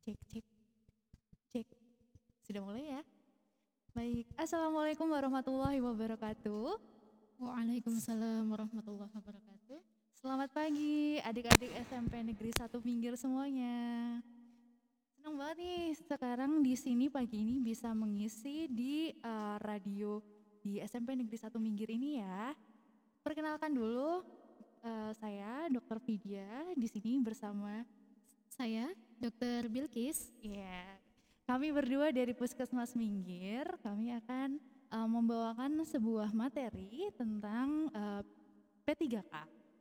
Cek, cek, cek. Sudah mulai ya? Baik. Assalamualaikum warahmatullahi wabarakatuh. Waalaikumsalam warahmatullahi wabarakatuh. Selamat pagi adik-adik SMP Negeri 1 Minggir semuanya. Senang banget nih sekarang di sini pagi ini bisa mengisi di radio di SMP Negeri 1 Minggir ini ya. Perkenalkan dulu, saya Dr. Vidya di sini bersama Saya Dr. Bilkis. ya. Kami berdua dari Puskesmas Minggir, kami akan membawakan sebuah materi tentang P3K.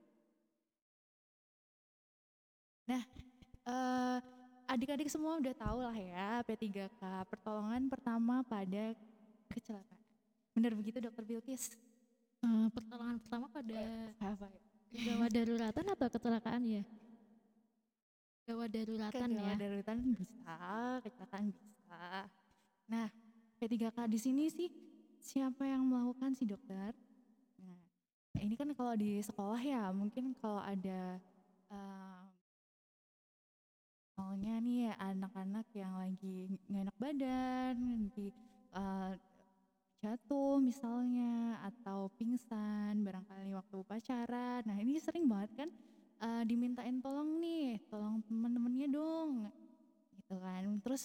Nah, adik-adik semua udah tahu lah ya P3K, pertolongan pertama pada kecelakaan. Benar begitu Dr. Bilkis? Pertolongan pertama pada Apa ya? gawat daruratan atau kecelakaan ya? Gawat daruratan ya. Gawat daruratan bisa, kecelakaan bisa. Nah, P3K di sini sih siapa yang melakukan sih dokter? Nah, ini kan kalau di sekolah ya, mungkin kalau ada misalnya nih anak-anak yang lagi nggak enak badan, lagi jatuh misalnya, atau pingsan barangkali waktu upacara. Nah ini sering banget kan dimintain tolong nih, tolong teman-temannya dong, gitu kan. Terus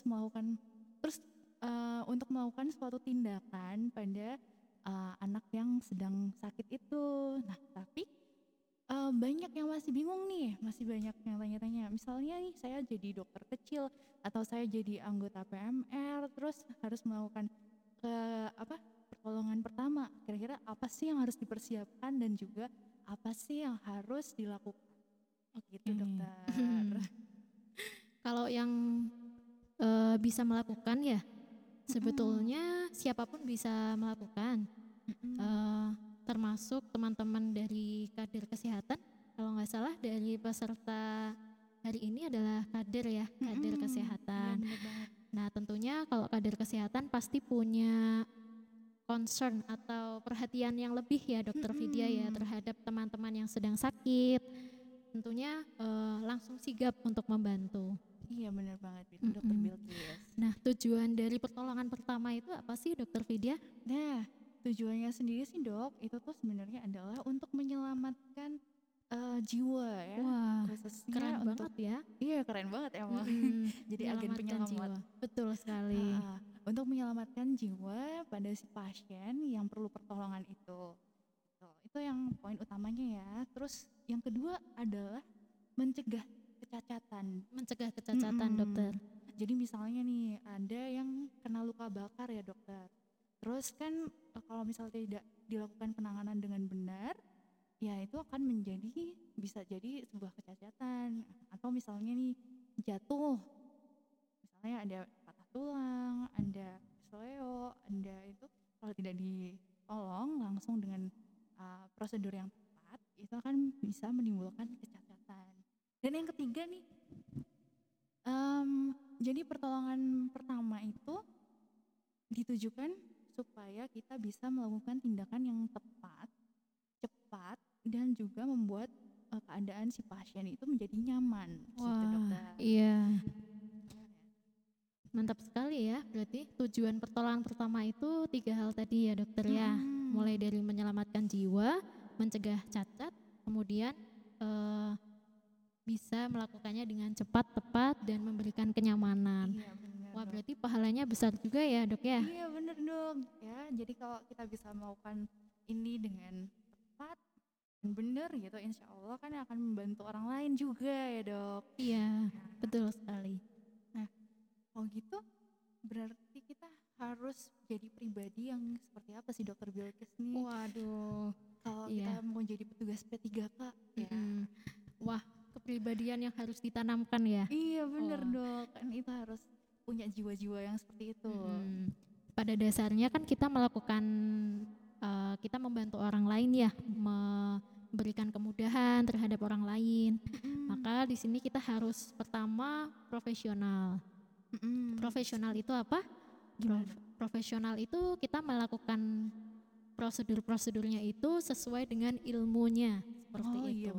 untuk melakukan suatu tindakan pada anak yang sedang sakit itu. Nah tapi banyak yang masih bingung nih, masih banyak yang tanya-tanya. Misalnya nih saya jadi dokter kecil atau saya jadi anggota PMR, terus harus melakukan pertolongan pertama. Kira-kira apa sih yang harus dipersiapkan dan juga apa sih yang harus dilakukan? Gitu dokter. Kalau yang bisa melakukan ya, sebetulnya siapapun bisa melakukan. Termasuk teman-teman dari kader kesehatan. Kalau nggak salah dari peserta hari ini adalah kader ya, kader kesehatan. Ya, nah tentunya kalau kader kesehatan pasti punya concern atau perhatian yang lebih ya Dokter Vidya ya terhadap teman-teman yang sedang sakit. Tentunya langsung sigap untuk membantu. Iya benar banget itu Dokter Bilkis. Nah tujuan dari pertolongan pertama itu apa sih Dokter Vidya? Nah tujuannya sendiri sih dok, itu tuh sebenarnya adalah untuk menyelamatkan jiwa ya. Wah, khususnya keren untuk, banget ya. Iya keren banget emang. Jadi agen penyelamat. Jiwa. Betul sekali. Untuk menyelamatkan jiwa pada si pasien yang perlu pertolongan itu. Itu yang poin utamanya ya. Terus yang kedua adalah mencegah kecacatan. Mencegah kecacatan dokter. Jadi misalnya nih ada yang kena luka bakar ya dokter. Terus kan kalau misalnya tidak dilakukan penanganan dengan benar, ya itu akan bisa jadi sebuah kecacatan. Atau misalnya nih jatuh, misalnya ada patah tulang, ada kesleo, ada itu kalau tidak ditolong langsung dengan prosedur yang tepat, itu akan bisa menimbulkan kecacatan. Dan yang ketiga nih, jadi pertolongan pertama itu ditujukan supaya kita bisa melakukan tindakan yang tepat, cepat, dan juga membuat keadaan si pasien itu menjadi nyaman. Wah, gitu dokter. Iya. Mantap sekali ya, berarti tujuan pertolongan pertama itu 3 hal tadi ya dokter ya. Mulai dari menyelamatkan jiwa, mencegah cacat, kemudian bisa melakukannya dengan cepat, tepat, dan memberikan kenyamanan. Iya, bener, Wah dok. berarti pahalanya besar juga ya dok ya. Iya bener dong ya. Jadi kalau kita bisa melakukan ini dengan tepat dan benar gitu, insya Allah kan akan membantu orang lain juga ya dok. Iya, betul sekali. Nah kalau gitu berarti kita harus jadi pribadi yang seperti apa sih dokter Bilkis nih? Waduh. Kalau Iya. kita mau jadi petugas P3K ya. Wah, kepribadian yang harus ditanamkan ya. Iya bener dok, kan itu harus punya jiwa-jiwa yang seperti itu. Pada dasarnya kan kita melakukan, kita membantu orang lain ya, memberikan kemudahan terhadap orang lain. Maka di sini kita harus pertama profesional. Profesional itu apa? Profesional itu kita melakukan prosedur-prosedurnya itu sesuai dengan ilmunya seperti itu. Iya benar banget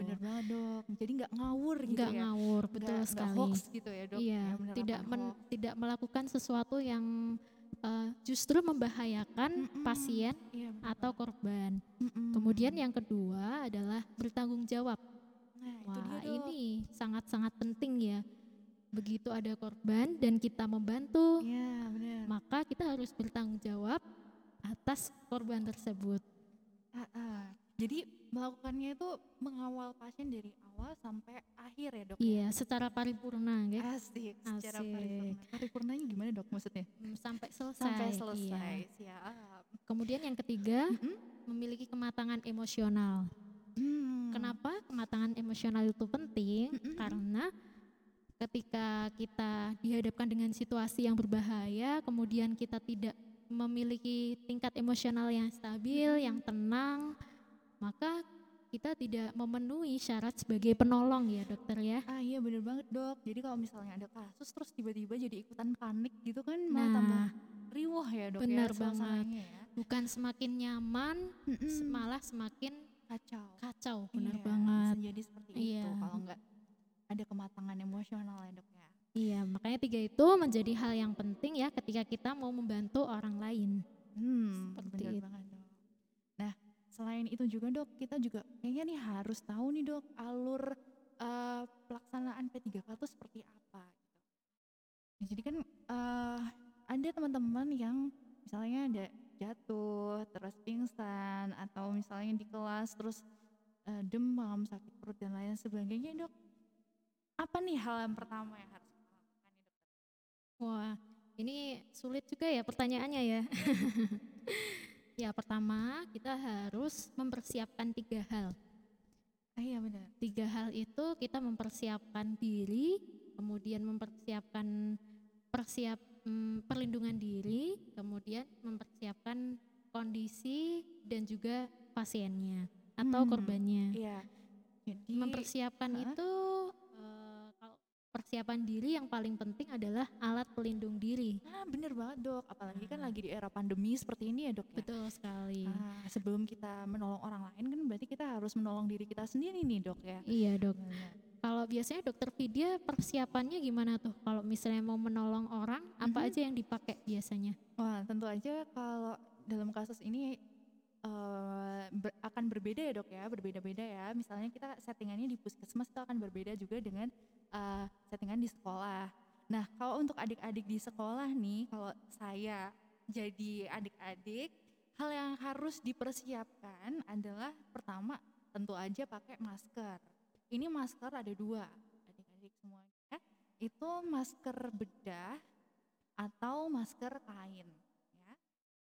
Dok, jadi nggak ngawur gitu nggak ya, ngawur, betul nggak hoax sekali. gitu ya Dok, ya Iya, tidak menerapkan hoax. tidak melakukan sesuatu yang justru membahayakan Mm-mm. pasien Iya benar atau banget. korban. Kemudian Mm-mm. yang kedua adalah bertanggung jawab. Nah itu dia Wah, Dok. ini sangat-sangat penting ya. Begitu ada korban dan kita membantu, Iya benar. maka kita harus bertanggung jawab atas korban tersebut. Ah, ah. Jadi melakukannya itu mengawal pasien dari awal sampai akhir ya Dok ya. Iya, secara paripurna, nggih. Asik, secara Asik. paripurna. Paripurnanya gimana Dok maksudnya? Sampai Sampai selesai. selesai, Iya. siap. Kemudian yang ketiga, Mm-mm. memiliki kematangan emosional. Hmm. Kenapa kematangan emosional itu penting? Mm-mm. Karena ketika kita dihadapkan dengan situasi yang berbahaya, kemudian kita tidak memiliki tingkat emosional yang stabil, yang tenang, maka kita tidak memenuhi syarat sebagai penolong ya dokter ya. Ah iya bener banget Dok. Jadi kalau misalnya ada kasus terus tiba-tiba jadi ikutan panik gitu kan malah tambah Nah, riuh ya Dok ya benar banget. suasananya ya. Bukan semakin nyaman, Mm-mm. malah semakin Kacau. kacau. Benar Iya, bisa banget. jadi seperti itu Iya. kalau nggak ada kematangan emosional ya Dok ya. Iya, makanya tiga itu menjadi hal yang penting ya ketika kita mau membantu orang lain. Bener Seperti itu. banget Dok. Nah, selain itu juga Dok, kita juga kayaknya nih harus tahu nih Dok alur pelaksanaan P3K itu seperti apa gitu. Nah, jadi kan ada teman-teman yang misalnya ada jatuh, terus pingsan, atau misalnya di kelas terus demam, sakit perut dan lain sebagainya Dok. Apa nih hal yang pertama yang harus kita lakukan nih Dok? Wah, ini sulit juga ya pertanyaannya ya. Ya, pertama kita harus mempersiapkan tiga hal. Ah, iya benar. Tiga hal itu kita mempersiapkan diri, kemudian mempersiapkan perlindungan diri, kemudian mempersiapkan kondisi dan juga pasiennya atau korbannya. Iya. Jadi, Mempersiapkan itu kalau persiapan diri yang paling penting adalah alat pelindung diri. bener banget Dok. Apalagi kan Nah, lagi di era pandemi seperti ini ya Dok ya. betul sekali. Sebelum kita menolong orang lain kan berarti kita harus menolong diri kita sendiri nih Dok ya. Iya dok. Benar. Kalau biasanya dokter Vidya persiapannya gimana tuh? Kalau misalnya mau menolong orang, apa aja yang dipakai biasanya? Wah tentu aja kalau dalam kasus ini akan berbeda ya Dok ya, berbeda-beda ya. Misalnya kita settingannya di puskesmas itu akan berbeda juga dengan settingan di sekolah. Nah kalau untuk adik-adik di sekolah nih, kalau saya jadi adik-adik, hal yang harus dipersiapkan adalah pertama tentu aja pakai masker. Ini masker ada dua, adik-adik semuanya. Itu masker bedah atau masker kain. Ya.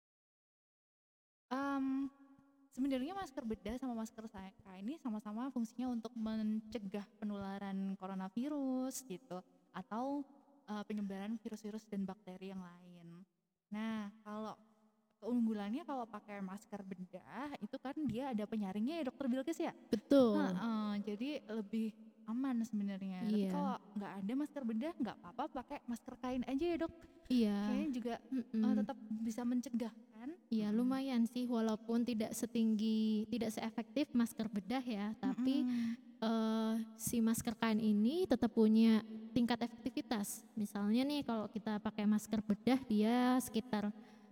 Sebenarnya masker bedah sama masker kain ini sama-sama fungsinya untuk mencegah penularan coronavirus gitu atau penyebaran virus-virus dan bakteri yang lain. Nah, kalau keunggulannya kalau pakai masker bedah itu kan dia ada penyaringnya ya Dokter Bilkis ya. Betul. Jadi lebih aman sebenarnya. Tapi Iya. kalau nggak ada masker bedah nggak apa-apa pakai masker kain aja ya Dok. Iya. Kayaknya juga tetap bisa mencegah kan. Iya lumayan sih walaupun tidak seefektif masker bedah ya, tapi si masker kain ini tetap punya tingkat efektivitas. Misalnya nih kalau kita pakai masker bedah dia sekitar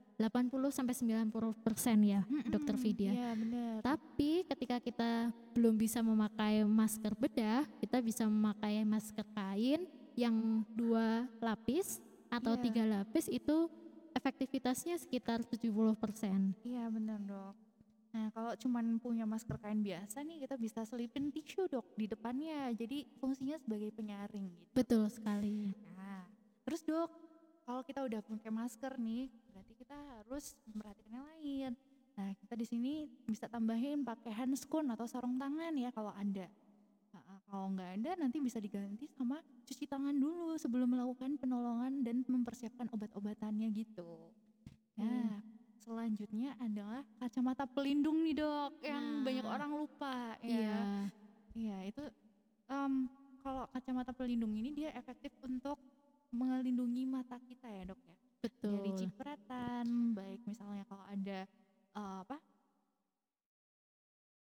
80-90% ya dokter Vidya. Iya benar. Tapi ketika kita belum bisa memakai masker bedah, kita bisa memakai masker kain yang 2 lapis atau 3 lapis itu efektivitasnya sekitar 70%. Iya benar Dok. Nah kalau cuman punya masker kain biasa nih kita bisa selipin tisu Dok di depannya. Jadi fungsinya sebagai penyaring gitu. Betul sekali. Nah terus Dok, kalau kita udah pakai masker nih, berarti kita harus memperhatikan yang lain. Nah kita di sini bisa tambahin pakai handscoon atau sarung tangan ya kalau ada. Kalau nggak ada nanti bisa diganti sama cuci tangan dulu sebelum melakukan penolongan dan mempersiapkan obat-obatannya gitu. Nah selanjutnya adalah kacamata pelindung nih Dok yang banyak orang lupa ya. Iya itu kalau kacamata pelindung ini dia efektif untuk melindungi mata kita ya Dok ya. Betul. Dari cipratan, baik misalnya kalau ada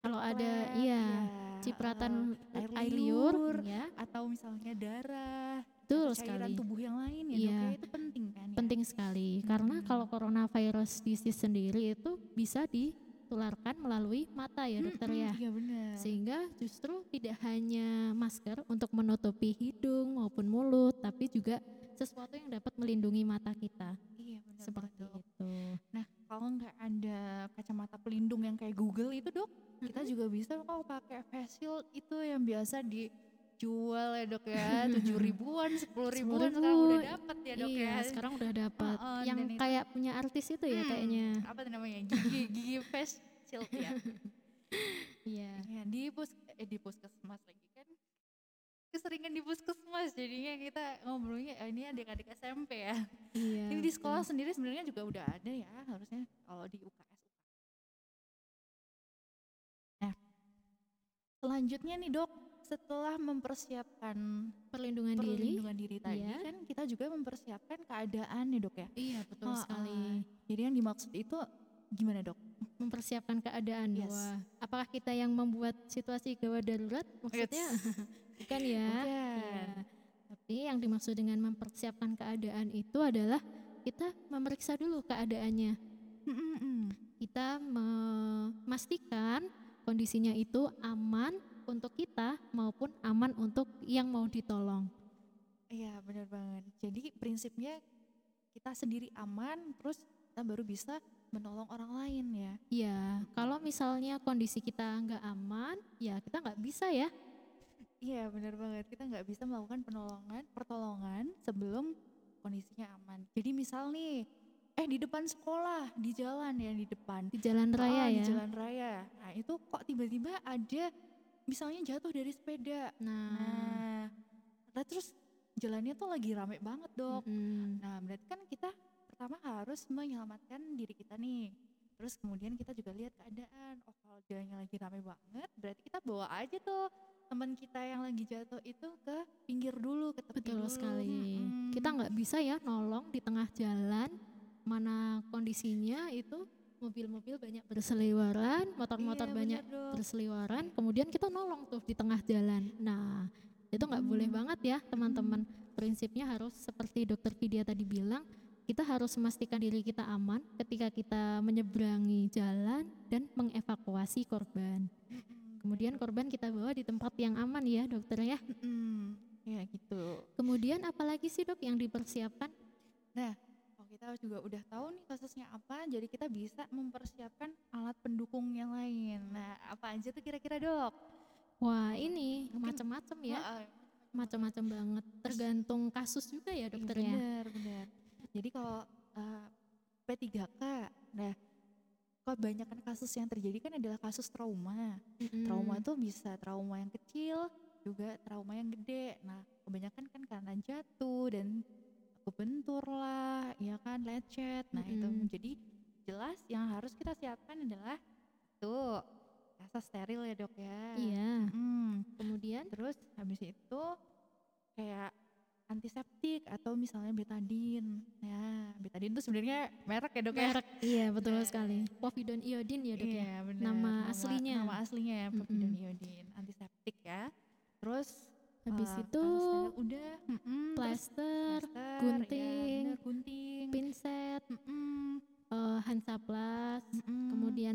Kalau ada droplet, iya, ya, cipratan air air liur, liur, ya, atau misalnya darah, atau betul cairan sekali. tubuh yang lain ya dok ya, Iya, itu penting kan ya. penting sekali. Karena kalau Hmm. coronavirus disease sendiri itu bisa ditularkan melalui mata ya dokter ya. Iya benar. Sehingga justru tidak hanya masker untuk menutupi hidung maupun mulut, tapi juga sesuatu yang dapat melindungi mata kita. Iya benar banget Seperti dok. itu. Nah kalau nggak ada kacamata pelindung yang kayak Google itu dok, kita Mm-mm. juga bisa kok pakai face shield itu yang biasa dijual ya dok ya, 7 ribuan, 10 ribuan 10.000, sekarang udah dapat ya dok ya. iya sekarang udah dapat yang Dan itu kayak punya artis itu ya kayaknya. apa tuh namanya, gigi gigi face shield ya. Iya, Ya di puskesmas lagi kan, keseringan di puskesmas jadinya kita ngobrolnya ini adik-adik SMP ya. iya Ini di betul. sekolah sendiri sebenarnya juga udah ada ya harusnya kalau di UKS. Nah, selanjutnya nih dok, setelah mempersiapkan Perlindungan diri, perlindungan diri tadi iya, kan kita juga mempersiapkan keadaan nih dok ya. iya betul sekali. Jadi yang dimaksud itu gimana dok? Mempersiapkan keadaan. Yes. Wah, apakah kita yang membuat situasi gawat darurat? Maksudnya bukan ya? Bukan. Iya. Tapi yang dimaksud dengan mempersiapkan keadaan itu adalah kita memeriksa dulu keadaannya. Kita memastikan kondisinya itu aman untuk kita maupun aman untuk yang mau ditolong. Iya benar banget. Jadi prinsipnya kita sendiri aman, terus kita baru bisa menolong orang lain ya. Ya, kalau misalnya kondisi kita nggak aman, ya kita nggak bisa ya. Iya benar banget. Kita nggak bisa melakukan pertolongan sebelum kondisinya aman. Jadi misal nih, di depan sekolah, di jalan ya di depan. Di jalan raya Di ya. jalan raya. Nah itu kok tiba-tiba ada misalnya jatuh dari sepeda. Nah, Nah terus jalannya tuh lagi rame banget dok. mm-mm. Nah berarti kan kita pertama harus menyelamatkan diri kita nih. Terus kemudian kita juga lihat keadaan. Oh kalau jalannya lagi rame banget, berarti kita bawa aja tuh teman kita yang lagi jatuh itu ke pinggir dulu, ke tepi Betul dulu. sekali. Kita nggak bisa ya nolong di tengah jalan, mana kondisinya itu mobil-mobil banyak berseliweran, motor-motor Iya, banyak bener, Dok. berseliweran, kemudian kita nolong tuh di tengah jalan. Nah, itu nggak boleh banget ya teman-teman. Prinsipnya harus seperti Dokter Vidya tadi bilang, kita harus memastikan diri kita aman ketika kita menyeberangi jalan dan mengevakuasi korban. Kemudian korban kita bawa di tempat yang aman ya dokter ya. Ya gitu. Kemudian apalagi sih dok yang dipersiapkan? Nah, kalau kita juga udah tahu nih kasusnya apa, jadi kita bisa mempersiapkan alat pendukung yang lain. Nah, apa aja tuh kira-kira dok? Wah ini Mungkin- macam-macam ya, Wah, macam-macam banget. Tergantung kasus juga ya dokter ya. benar. Jadi kalau P3K, nah kebanyakan kasus yang terjadi kan adalah kasus trauma. Trauma itu bisa trauma yang kecil, juga trauma yang gede. Nah, kebanyakan kan karena jatuh dan kebentur lah, ya kan, lecet. Nah, itu jadi jelas yang harus kita siapkan adalah itu rasa steril ya dok ya. Iya. Kemudian Terus habis itu kayak antiseptik atau misalnya betadine. Ya, betadine itu sebenarnya merek ya dok ya. merek, iya betul sekali. Povidone iodine ya dok ya. Iya, benar. Nama aslinya. Nama aslinya ya, povidone iodine, antiseptik ya. Terus Habis itu steril udah, plaster, plaster, gunting, ya bener, gunting, pinset, Hansaplast, Mm-mm. kemudian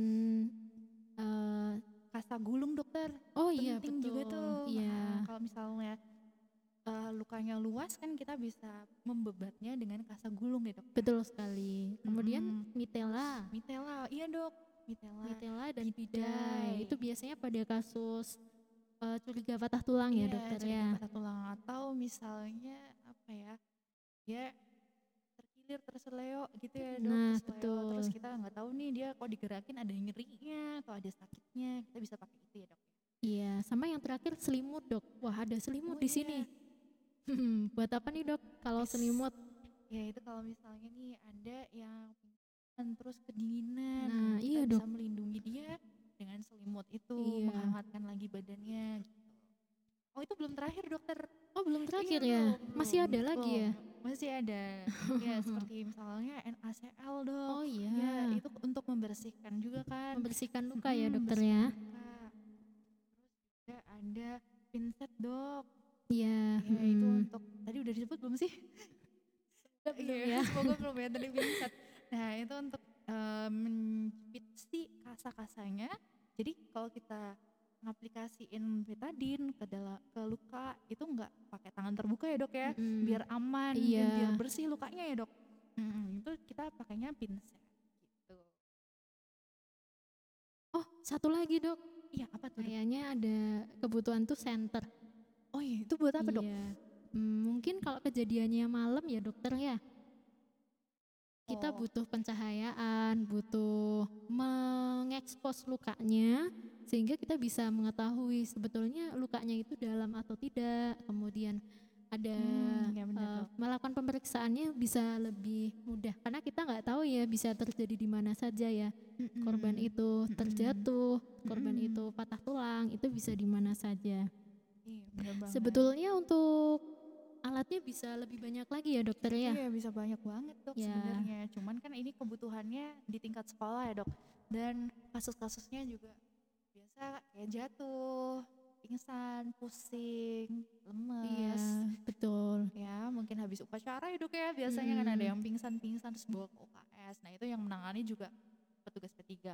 kasa gulung dokter. oh iya Penting betul. juga tuh. Iya. Kalau misalnya lukanya luas kan kita bisa membebatnya dengan kasa gulung ya dok. Betul sekali. Kemudian mitela. Mitela, iya dok. Mitela dan bidai. bidai. Itu biasanya pada kasus curiga patah tulang ya dokter curiga ya. patah tulang atau misalnya apa ya, dia terkilir terseleo gitu ya dok. Nah, terseleo. betul. Terus kita nggak tahu nih dia kalau digerakin ada nyerinya atau ada sakitnya, kita bisa pakai itu ya dok. Iya, sama yang terakhir selimut dok. Wah ada selimut di sini. Buat apa nih dok kalau selimut? Ya itu kalau misalnya nih ada yang pingsan terus kedinginan, Nah, kita iya, bisa Dok. melindungi dia dengan selimut itu, Iya. menghangatkan lagi badannya gitu. Oh itu belum terakhir dokter. Oh belum terakhir Iya, ya? belum, Masih ada belum. lagi ya? Masih ada. Ya seperti misalnya NaCl dok. Oh iya. Ya itu untuk membersihkan juga kan. Membersihkan luka ya dokter ya? Bersihkan luka. ada pinset dok. Iya, Ya itu untuk tadi udah disebut belum sih? belum Iya, ya. semoga belum ya tadi pinset. Nah itu untuk menjepit si kasa-kasanya. Jadi kalau kita ngaplikasiin betadin ke luka itu nggak pakai tangan terbuka ya dok ya, biar aman dan biar Iya. bersih lukanya ya dok. Itu kita pakainya pinset gitu. Oh, satu lagi dok, Iya apa tuh dok? kayaknya ada kebutuhan tuh senter. Oh iya itu buat apa dok? Iya. Mungkin kalau kejadiannya malam ya dokter ya, kita Oh. butuh pencahayaan, butuh mengekspos lukanya sehingga kita bisa mengetahui sebetulnya lukanya itu dalam atau tidak. Kemudian ada Ya benar dok. melakukan pemeriksaannya bisa lebih mudah karena kita nggak tahu ya bisa terjadi di mana saja ya. Korban itu terjatuh, korban itu patah tulang, itu bisa di mana saja. Iya benar banget. Sebetulnya untuk alatnya bisa lebih banyak lagi ya dokter ya. Iya bisa banyak banget dok Ya. sebenarnya. Cuman kan ini kebutuhannya di tingkat sekolah ya dok. Dan kasus-kasusnya juga biasa kayak jatuh, pingsan, pusing, lemes. Iya, betul. Ya mungkin habis upacara ya dok ya. Biasanya kan ada yang pingsan-pingsan terus bawa ke UKS. Nah itu yang menangani juga petugas P3K.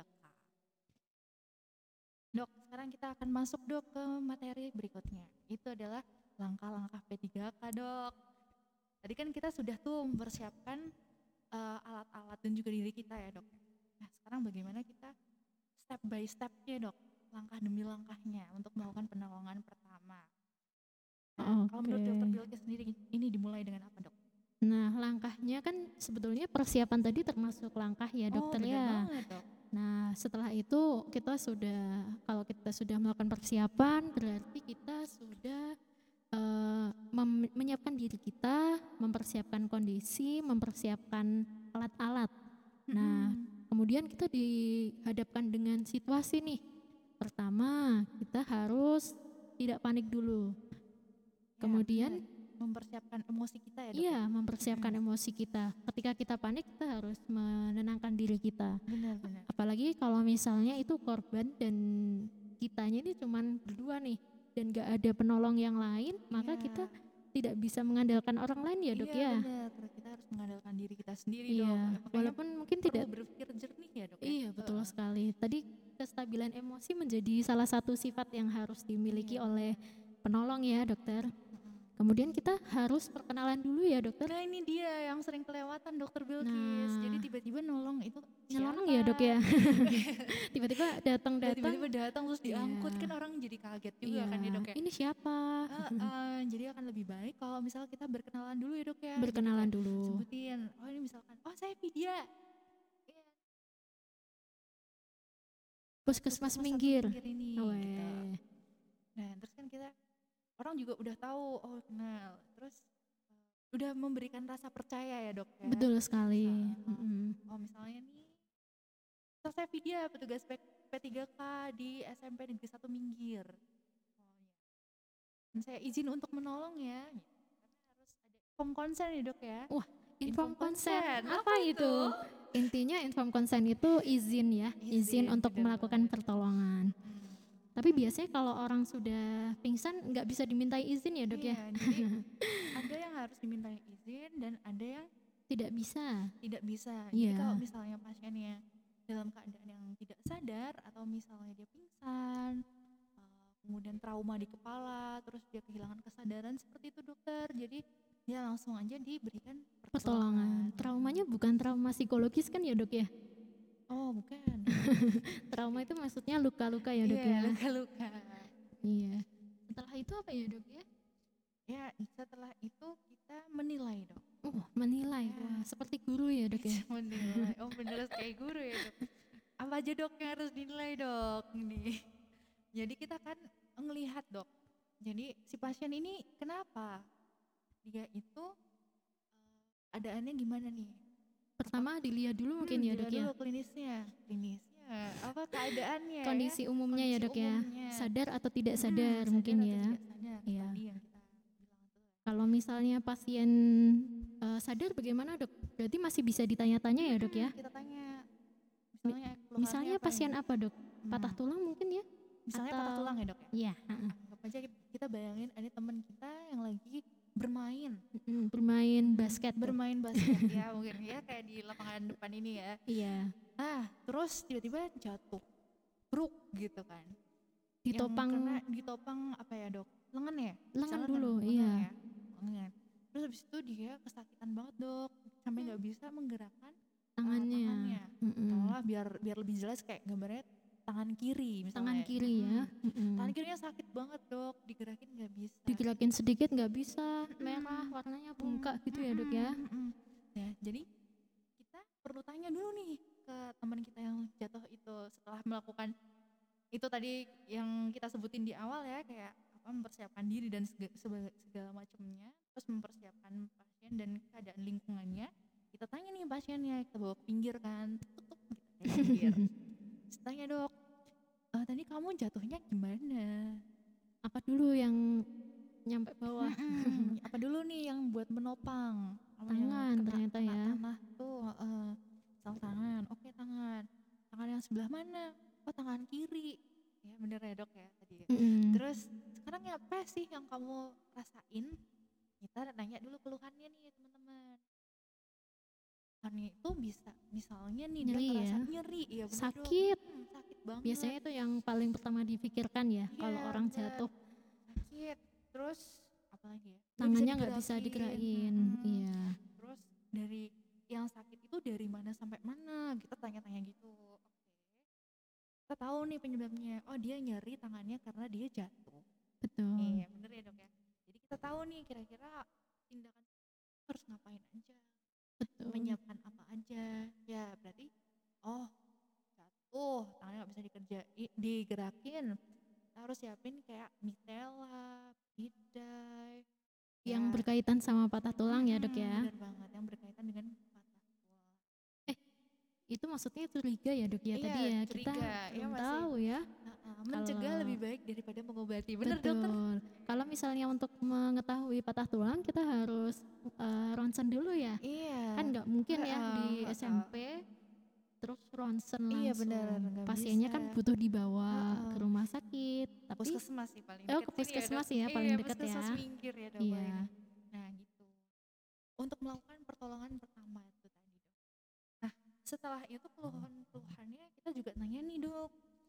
Dok, sekarang kita akan masuk dok ke materi berikutnya. Itu adalah langkah-langkah P3K dok. Tadi kan kita sudah tuh mempersiapkan alat-alat dan juga diri kita ya dok. Nah sekarang bagaimana kita step by stepnya dok, langkah demi langkahnya untuk melakukan penolongan pertama. Nah, kalau menurut dokter Bilkis sendiri ini dimulai dengan apa dok? Nah langkahnya kan sebetulnya persiapan tadi termasuk langkah ya dokter benar ya. banget dok. Nah setelah itu kita sudah, kalau kita sudah melakukan persiapan berarti kita sudah menyiapkan diri kita, mempersiapkan kondisi, mempersiapkan alat-alat. Nah, kemudian kita dihadapkan dengan situasi nih. Pertama, kita harus tidak panik dulu. Kemudian mempersiapkan emosi kita ya dok. iya, mempersiapkan emosi kita. Ketika kita panik, kita harus menenangkan diri kita. Benar-benar. Apalagi kalau misalnya itu korban dan kitanya ini cuman berdua nih dan gak ada penolong yang lain, maka kita tidak bisa mengandalkan orang lain ya dok ya. Iya benar, kita harus mengandalkan diri kita sendiri Iya, dok. walaupun mungkin tidak berpikir jernih ya dok ya. Iya betul sekali. Tadi kestabilan emosi menjadi salah satu sifat yang harus dimiliki oleh penolong ya dokter. Kemudian kita harus perkenalan dulu ya dokter. Nah ini dia yang sering kelewatan dokter Bilkis. Jadi tiba-tiba nolong itu nyelonong ya dok ya. Tiba-tiba datang terus diangkut kan orang jadi kaget juga kan ya dok ya. Ini siapa? Jadi akan lebih baik kalau misal kita berkenalan dulu ya dok ya. Berkenalan dulu. Sebutin, oh ini misalkan, oh saya Vidya. Puskesmas Minggir. Ini, gitu. Nah terus kan kita orang juga udah tahu, oh kenal, terus udah memberikan rasa percaya ya dok ya. Betul sekali. Oh misalnya nih, saya Vidya petugas P3K di SMP Negeri 1 Minggir. Dan saya izin untuk menolong ya, karena harus ada inform consent ya dok ya. Wah, inform consent apa itu? Intinya inform consent itu izin ya, izin untuk melakukan pertolongan. Tapi biasanya kalau orang sudah pingsan nggak bisa dimintai izin ya dok ya? Jadi ada yang harus dimintai izin dan ada yang tidak bisa. Jadi kalau misalnya pasiennya dalam keadaan yang tidak sadar atau misalnya dia pingsan, kemudian trauma di kepala, terus dia kehilangan kesadaran seperti itu dokter. Jadi dia langsung aja diberikan pertolongan. Traumanya bukan trauma psikologis kan ya dok ya? Oh bukan. Trauma itu maksudnya luka-luka ya dok ya? Iya luka-luka. Iya. Setelah itu apa ya dok ya? Ya setelah itu kita menilai dok. Menilai. Wah, seperti guru ya dok ya? Menilai. Oh bener kayak guru ya dok. Apa aja dok yang harus dinilai dok nih? Jadi kita kan ngelihat dok. Jadi si pasien ini kenapa? Dia itu keadaannya gimana nih? Pertama dilihat dulu mungkin ya dok ya? Dulu klinisnya apa keadaannya? Kondisi umumnya ya dok ya? Sadar atau tidak sadar mungkin ya? Iya. Kalau misalnya pasien sadar bagaimana dok? Berarti masih bisa ditanya-tanya ya dok ya? Kita tanya. Misalnya pasien apa dok? Patah tulang mungkin ya? Misalnya patah tulang ya dok ya? Iya. aja kita bayangin ada teman kita yang lagi bermain Bermain basket tuh. bermain basket ya mungkin ya kayak di lapangan depan ini ya. Iya, Terus tiba-tiba jatuh bruk gitu kan. ditopang Yang kena ditopang apa ya dok? Lengan ya? lengan Salah dulu, lengan iya. ya? Lengan. Terus habis itu dia kesakitan banget dok, sampai nggak bisa menggerakkan Tangannya. tangannya. Mm-mm. Malah biar lebih jelas kayak gambarnya tangan kiri misalnya. Tangan kiri ya. Tangan kirinya sakit banget dok, digerakin nggak bisa. Digerakin sedikit nggak bisa, merah warnanya bengkak gitu ya dok ya. Ya, jadi kita perlu tanya dulu nih ke teman kita yang jatuh itu setelah melakukan itu tadi yang kita sebutin di awal ya, kayak apa mempersiapkan diri dan segala macamnya, terus mempersiapkan pasien dan keadaan lingkungannya. Kita tanya nih pasiennya, kita bawa ke pinggir kan, tutup gitu ke pinggir. Terus tanya dok, tadi kamu jatuhnya gimana? Apa dulu yang nyampe bawah? Apa dulu nih yang buat menopang? Apa yang Tangan ternyata kena ya. tanah tuh, misal tangan, oke tangan. Tangan yang sebelah mana? Oh tangan kiri. Ya bener ya dok ya tadi. Terus sekarang ya apa sih yang kamu rasain? Kita nanya dulu keluhannya nih teman-teman. Keluhannya itu bisa misalnya nih Nyeri dia ngerasa ya? nyeri, ya bener Sakit. dok. Sakit banget. Biasanya itu yang paling pertama dipikirkan ya, kalau Iya, orang bener. jatuh. Sakit. Terus apa lagi ya? Tangannya nggak bisa digerakin. Iya. Terus dari yang sakit itu dari mana sampai mana? Kita tanya-tanya gitu. Oke. Kita tahu nih penyebabnya. Oh dia nyeri tangannya karena dia jatuh. Betul. Iya bener ya dok ya. Jadi kita tahu nih kira-kira tindakan harus ngapain aja. Betul. Menyiapkan apa aja. Ya berarti jatuh tangannya nggak bisa digerakin. Kita harus siapin kayak mitela, bidai. Yang berkaitan sama patah tulang ya dok ya. Bener banget, yang berkaitan dengan patah tulang. Itu maksudnya curiga ya dok ya, tadi ya kita belum tahu ya. Mencegah lebih baik daripada mengobati, bener Betul. dokter? Kalau misalnya untuk mengetahui patah tulang kita harus ronsen dulu ya. Iya. Kan nggak mungkin ya di SMP terus ronsen langsung. Iya bener, nggak Pasiennya bisa. kan butuh dibawa ke rumah sakit. Tapi Puskesmas sih paling dekat. ke puskesmas ya paling dekat ya. Puskesmas minggir ya dok. Iya. Nah gitu. Untuk melakukan pertolongan pertama itu tadi dok. Nah setelah itu keluhannya kita juga nanya nih dok.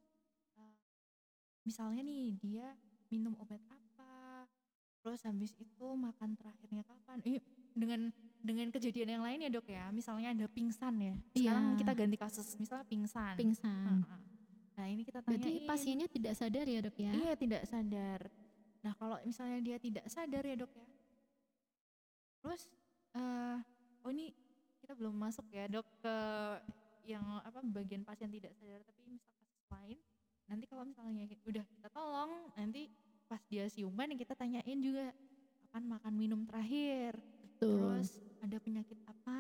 Misalnya nih dia minum obat apa, terus habis itu makan terakhirnya kapan. Dengan kejadian yang lain ya dok ya, misalnya ada pingsan ya. Sekarang kita ganti kasus, misalnya pingsan. Nah ini kita tanyain. Berarti pasiennya tidak sadar ya dok ya? Iya tidak sadar. Nah kalau misalnya dia tidak sadar ya dok ya, terus ini kita belum masuk ya dok ke yang bagian pasien tidak sadar, tapi misal kasus lain. Nanti kalau misalnya udah kita tolong, nanti pas dia siuman kita tanyain juga kapan makan minum terakhir. Betul. Terus ada penyakit apa,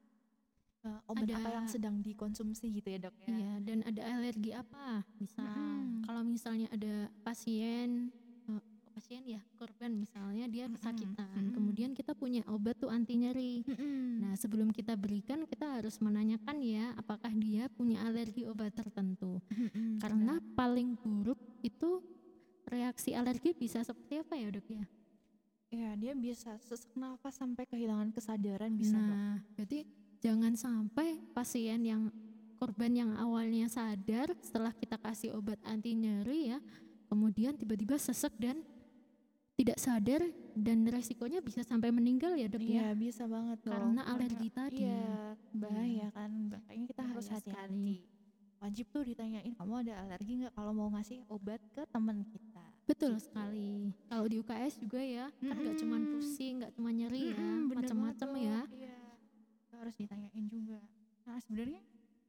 obat apa yang sedang dikonsumsi gitu ya dok ya. Iya, dan ada alergi apa kalau misalnya ada pasien ya korban misalnya dia kesakitan, kemudian kita punya obat tuh anti nyeri. Nah sebelum kita berikan kita harus menanyakan ya apakah dia punya alergi obat tertentu. Karena paling buruk itu reaksi alergi bisa seperti apa ya dok ya? Ya dia bisa sesak nafas sampai kehilangan kesadaran bisa dok. Nah berarti jangan sampai pasien yang korban yang awalnya sadar setelah kita kasih obat anti nyeri ya, kemudian tiba-tiba sesek dan tidak sadar dan resikonya bisa sampai meninggal ya dok ya? Iya bisa banget dok. Karena alergi tadi. Iya bahaya kan, makanya kita harus hati-hati. Wajib tuh ditanyain kamu ada alergi nggak kalau mau ngasih obat ke teman kita. Betul sekali. Kalau di UKS juga ya, kan nggak cuma pusing, nggak cuma nyeri ya, macam-macam ya. Iya, harus ditanyain juga. Nah sebenarnya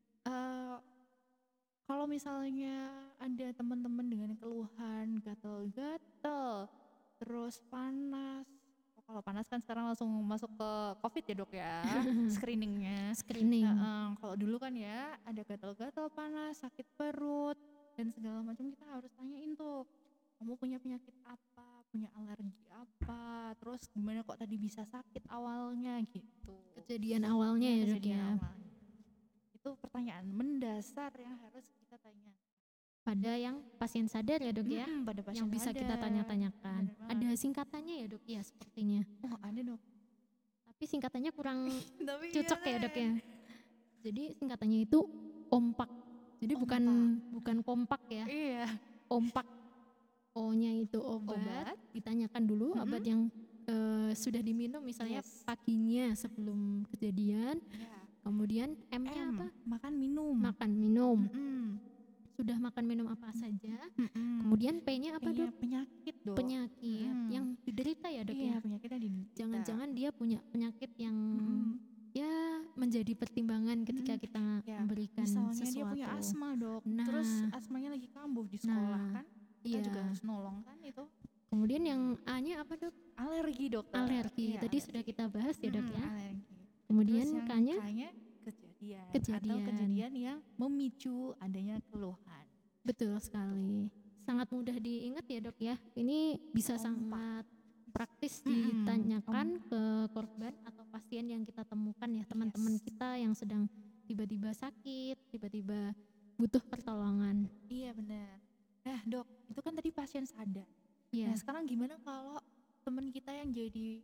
kalau misalnya ada teman-teman dengan keluhan gatal-gatal, terus panas. Kalau panas kan sekarang langsung masuk ke COVID ya dok ya, screeningnya. Kalau dulu kan ya ada gatal-gatal, panas, sakit perut dan segala macam, kita harus tanyain tuh, kamu punya penyakit apa, punya alergi apa, terus gimana kok tadi bisa sakit awalnya gitu. Kejadian awalnya ya dok ya. Itu pertanyaan mendasar yang harus kita tanya. pada yang pasien sadar ya dok ya, Pada pasien yang bisa kita sadar. tanya-tanyakan. Bener banget. Ada singkatannya ya dok ya sepertinya, Oh ada dok. tapi singkatannya kurang Tapi cocok ya iya, dok ya. Jadi singkatannya itu OMPAK. Jadi bukan kompak ya, Iya. OMPAK. O-nya itu obat, Obat. ditanyakan dulu obat yang sudah diminum misalnya Yes. paginya sebelum kejadian. Iya. Kemudian M-nya apa? Makan minum. Makan minum. Mm-mm. Sudah makan minum apa saja. Mm-mm. Kemudian P-nya apa Kayaknya dok? penyakit dok. Penyakit yang diderita ya dok Iya ya. penyakitnya di Jangan-jangan dia punya penyakit yang Mm-mm. ya menjadi pertimbangan ketika kita Ya, memberikan misalnya sesuatu. dia punya asma dok. Nah. Terus asmanya lagi kambuh di sekolah kan. Kita Iya. juga harus nolong kan itu. Kemudian yang A-nya apa dok? Alergi dokter. Alergi. Iya, Tadi alergi. sudah kita bahas ya dok ya. Alergi. Kemudian Terus yang K-nya K-nya kejadian. Atau Kejadian. kejadian yang memicu adanya keluhan. betul sekali. Sangat mudah diingat ya dok ya. Ini bisa sangat praktis ditanyakan ke korban atau pasien yang kita temukan ya, teman-teman kita yang sedang tiba-tiba sakit, tiba-tiba butuh pertolongan. Iya benar. Nah dok, itu kan tadi pasien sadar. Ya. Nah sekarang gimana kalau teman kita yang jadi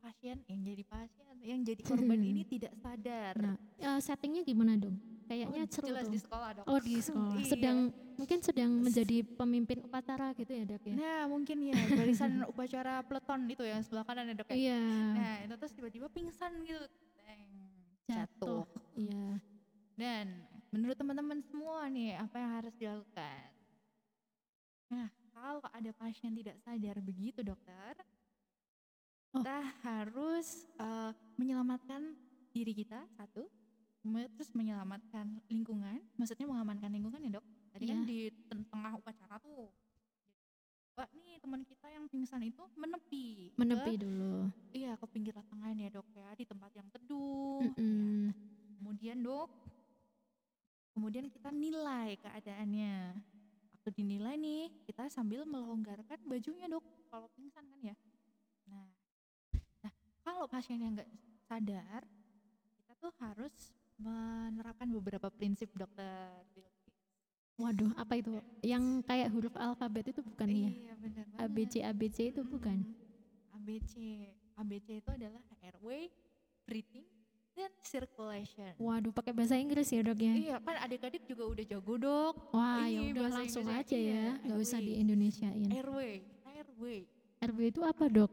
korban ini tidak sadar? Nah, settingnya gimana dong? Kayaknya seru Jelas tuh. di sekolah dok. Oh di sekolah. Iya. Mungkin sedang menjadi pemimpin upacara gitu ya dok ya. Nah mungkin ya barisan upacara peleton itu yang sebelah kanan ya dok ya. Iya. Nah itu terus tiba-tiba pingsan gitu. Deng, jatuh. Iya. Dan menurut teman-teman semua nih apa yang harus dilakukan? Nah kalau ada pasien tidak sadar begitu dokter, kita harus menyelamatkan diri kita satu, terus menyelamatkan lingkungan, maksudnya mengamankan lingkungan ya dok. Tadi kan di tengah upacara tuh, Wah, nih teman kita yang pingsan itu menepi dulu. Iya ke pinggir lapangan ya dok ya, di tempat yang teduh. Ya. Kemudian kita nilai keadaannya. Waktu dinilai nih, kita sambil melonggarkan bajunya dok, kalau pingsan kan ya. Nah kalau pasiennya nggak sadar, kita tuh harus menerapkan beberapa prinsip dokter. Waduh, apa itu? Yang kayak huruf alfabet itu bukan ya? Iya benar banget. ABC itu bukan? ABC itu adalah airway, breathing, dan circulation. Waduh, pakai bahasa Inggris ya dok ya? Iya kan adik-adik juga udah jago dok. Wah ya udah langsung aja ya, nggak usah di Indonesiain. Airway. RW itu apa dok?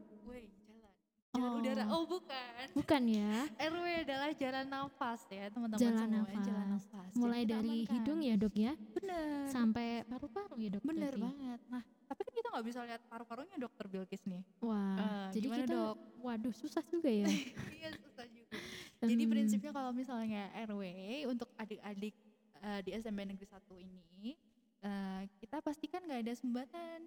Jalan udara. Oh bukan ya? Airway adalah jalan nafas ya teman-teman Jalan semua. nafas. Jalan nafas. Mulai dari hidung ya dok ya? Bener. Sampai paru-paru ya dok? Bener berarti? banget. Nah tapi kan kita nggak bisa lihat paru-parunya dokter Bilkis nih. Wah, jadi gimana, kita, dok? waduh susah juga ya. Iya susah juga. Jadi prinsipnya kalau misalnya airway untuk adik-adik di SMP Negeri 1 ini, kita pastikan nggak ada sumbatan.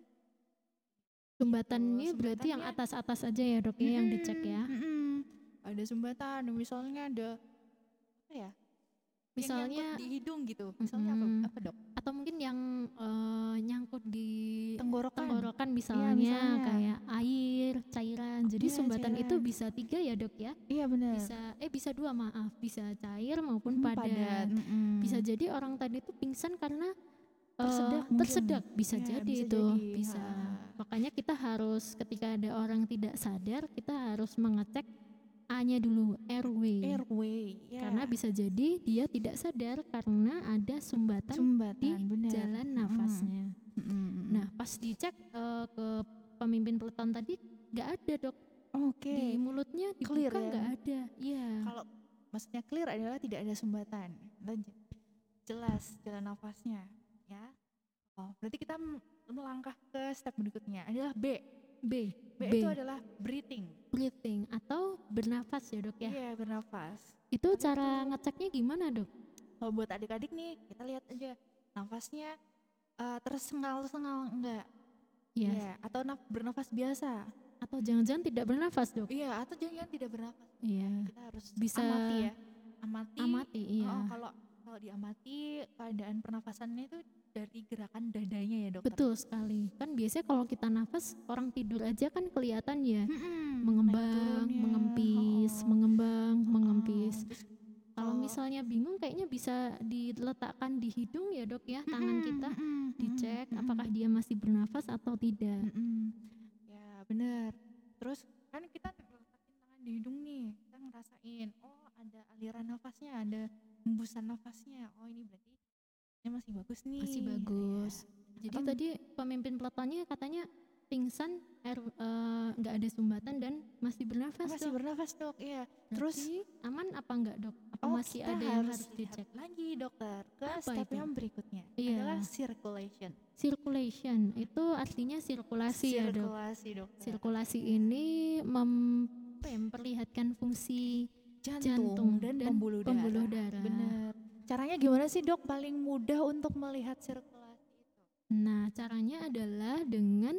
Sumbatannya berarti yang atas-atas aja ya dok ya, yang dicek ya? Ada sumbatan, misalnya ada apa ya? Misalnya yang nyangkut di hidung gitu, misalnya apa dok? Atau mungkin yang nyangkut di tenggorokan misalnya, kayak air, cairan. Jadi Iya, sumbatan cairan. itu bisa 3 ya dok ya? Iya benar. Bisa 2 maaf, bisa cair maupun padat. Bisa jadi orang tadi itu pingsan karena tersedak, bisa Ya, jadi bisa itu, jadi. bisa. Makanya kita harus ketika ada orang tidak sadar, kita harus mengecek A-nya dulu, airway. Ya. Karena bisa jadi dia tidak sadar karena ada sumbatan di bener. jalan nafasnya. Nah, pas dicek ke pemimpin peleton tadi nggak ada dok. Oke. Di mulutnya dibuka Clear ya? nggak ada. Iya. Kalau maksudnya clear adalah tidak ada sumbatan. Lanjut. Jelas jalan nafasnya, ya. Oh, berarti kita melangkah ke step berikutnya adalah B. B itu adalah breathing atau bernafas ya dok ya. Iya, bernafas. Itu cara ngeceknya gimana dok? Kalau buat adik-adik nih, kita lihat aja nafasnya tersengal-sengal enggak? Iya. Iya, atau bernafas biasa. Atau jangan-jangan tidak bernafas dok? Iya, atau jangan tidak bernafas. Iya. Kita harus Bisa amati ya. Amati, iya. Kalau diamati keadaan pernafasannya itu dari gerakan dadanya ya dokter. Betul sekali. Kan biasanya kalau kita nafas orang tidur aja kan kelihatan ya Naik mengembang, turunnya. mengempis, mengembang, mengempis. Terus Kalau misalnya bingung kayaknya bisa diletakkan di hidung ya dok ya, tangan kita dicek apakah dia masih bernafas atau tidak. Ya benar. Terus kan kita letakin tangan di hidung nih, kita ngerasain, oh ada aliran nafasnya, ada hembusan nafasnya. Oh ini berarti ini masih bagus nih. Masih bagus. Ya. Jadi tadi pemimpin peletonnya katanya pingsan, nggak ada sumbatan dan masih bernafas masih dok. bernafas dok, iya. Berarti Terus aman apa enggak dok? Apa masih kita ada yang harus harus dicek? lagi dokter ke Apa step itu? yang berikutnya Iya. adalah circulation. Circulation itu artinya sirkulasi ya dok. Sirkulasi dokter. Sirkulasi ini memperlihatkan fungsi jantung dan pembuluh darah. Benar. Caranya gimana sih dok paling mudah untuk melihat sirkulasi itu? Nah caranya adalah dengan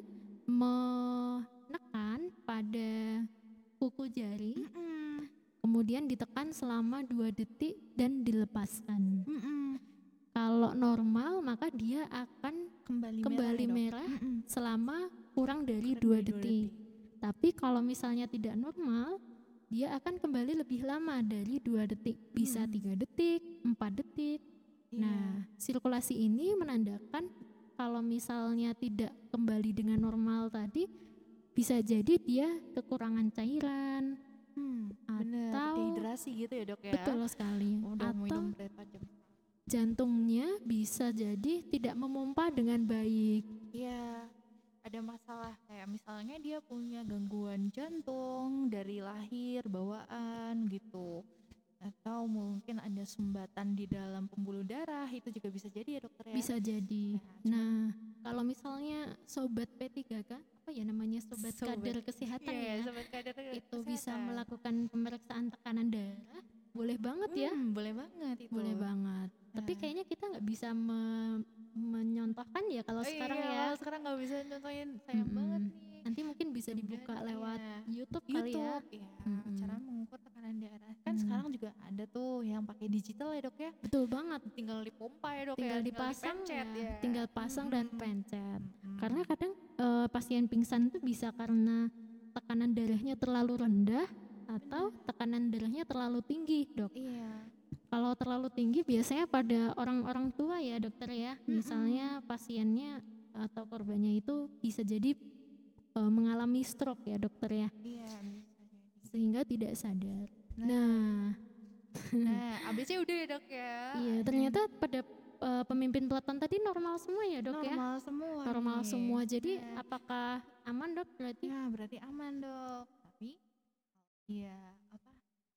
menekan pada kuku jari, kemudian ditekan selama 2 detik dan dilepaskan. Kalau normal maka dia akan kembali merah selama kurang dari 2 detik. Tapi kalau misalnya tidak normal, dia akan kembali lebih lama dari 2 detik, bisa 3 detik, 4 detik. Nah, sirkulasi ini menandakan kalau misalnya tidak kembali dengan normal tadi, bisa jadi dia kekurangan cairan, atau dehidrasi gitu ya dok ya. Betul sekali. Atau jantungnya bisa jadi tidak memompa dengan baik. Iya, ada masalah kayak misalnya dia punya gangguan jantung dari lahir, bawaan gitu. Atau mungkin ada sumbatan di dalam pembuluh darah, itu juga bisa jadi ya dokter ya. Bisa jadi. Nah, kalau misalnya sobat P3K, apa ya namanya, sobat kader kesehatan ya, sobat kader itu kesehatan. Bisa melakukan pemeriksaan tekanan darah, boleh banget ya. Boleh banget itu. Boleh banget. Tapi kayaknya kita nggak bisa menyontohkan ya kalau sekarang ya. Kalau sekarang nggak bisa contohin, sayang banget nih. Nanti mungkin bisa dibuka lewat YouTube kali ya. Cara mengukur tekanan darah. Kan sekarang juga ada tuh yang pakai digital ya dok ya. Betul banget. Tinggal dipompa ya dok tinggal ya. Dipasang dipencet ya. Tinggal pasang dan pencet. Karena kadang pasien pingsan itu bisa karena tekanan darahnya terlalu rendah atau tekanan darahnya terlalu tinggi dok. Iya. Kalau terlalu tinggi biasanya pada orang-orang tua ya dokter ya. Misalnya pasiennya atau korbannya itu bisa jadi mengalami stroke ya dokter ya. Iya. Sehingga tidak sadar. Nah, ABC udah ya dok ya. Iya, ternyata pada pemimpin peleton tadi normal semua ya dok ya. Normal semua. Jadi apakah aman dok berarti? Ya berarti aman dok. Tapi iya apa?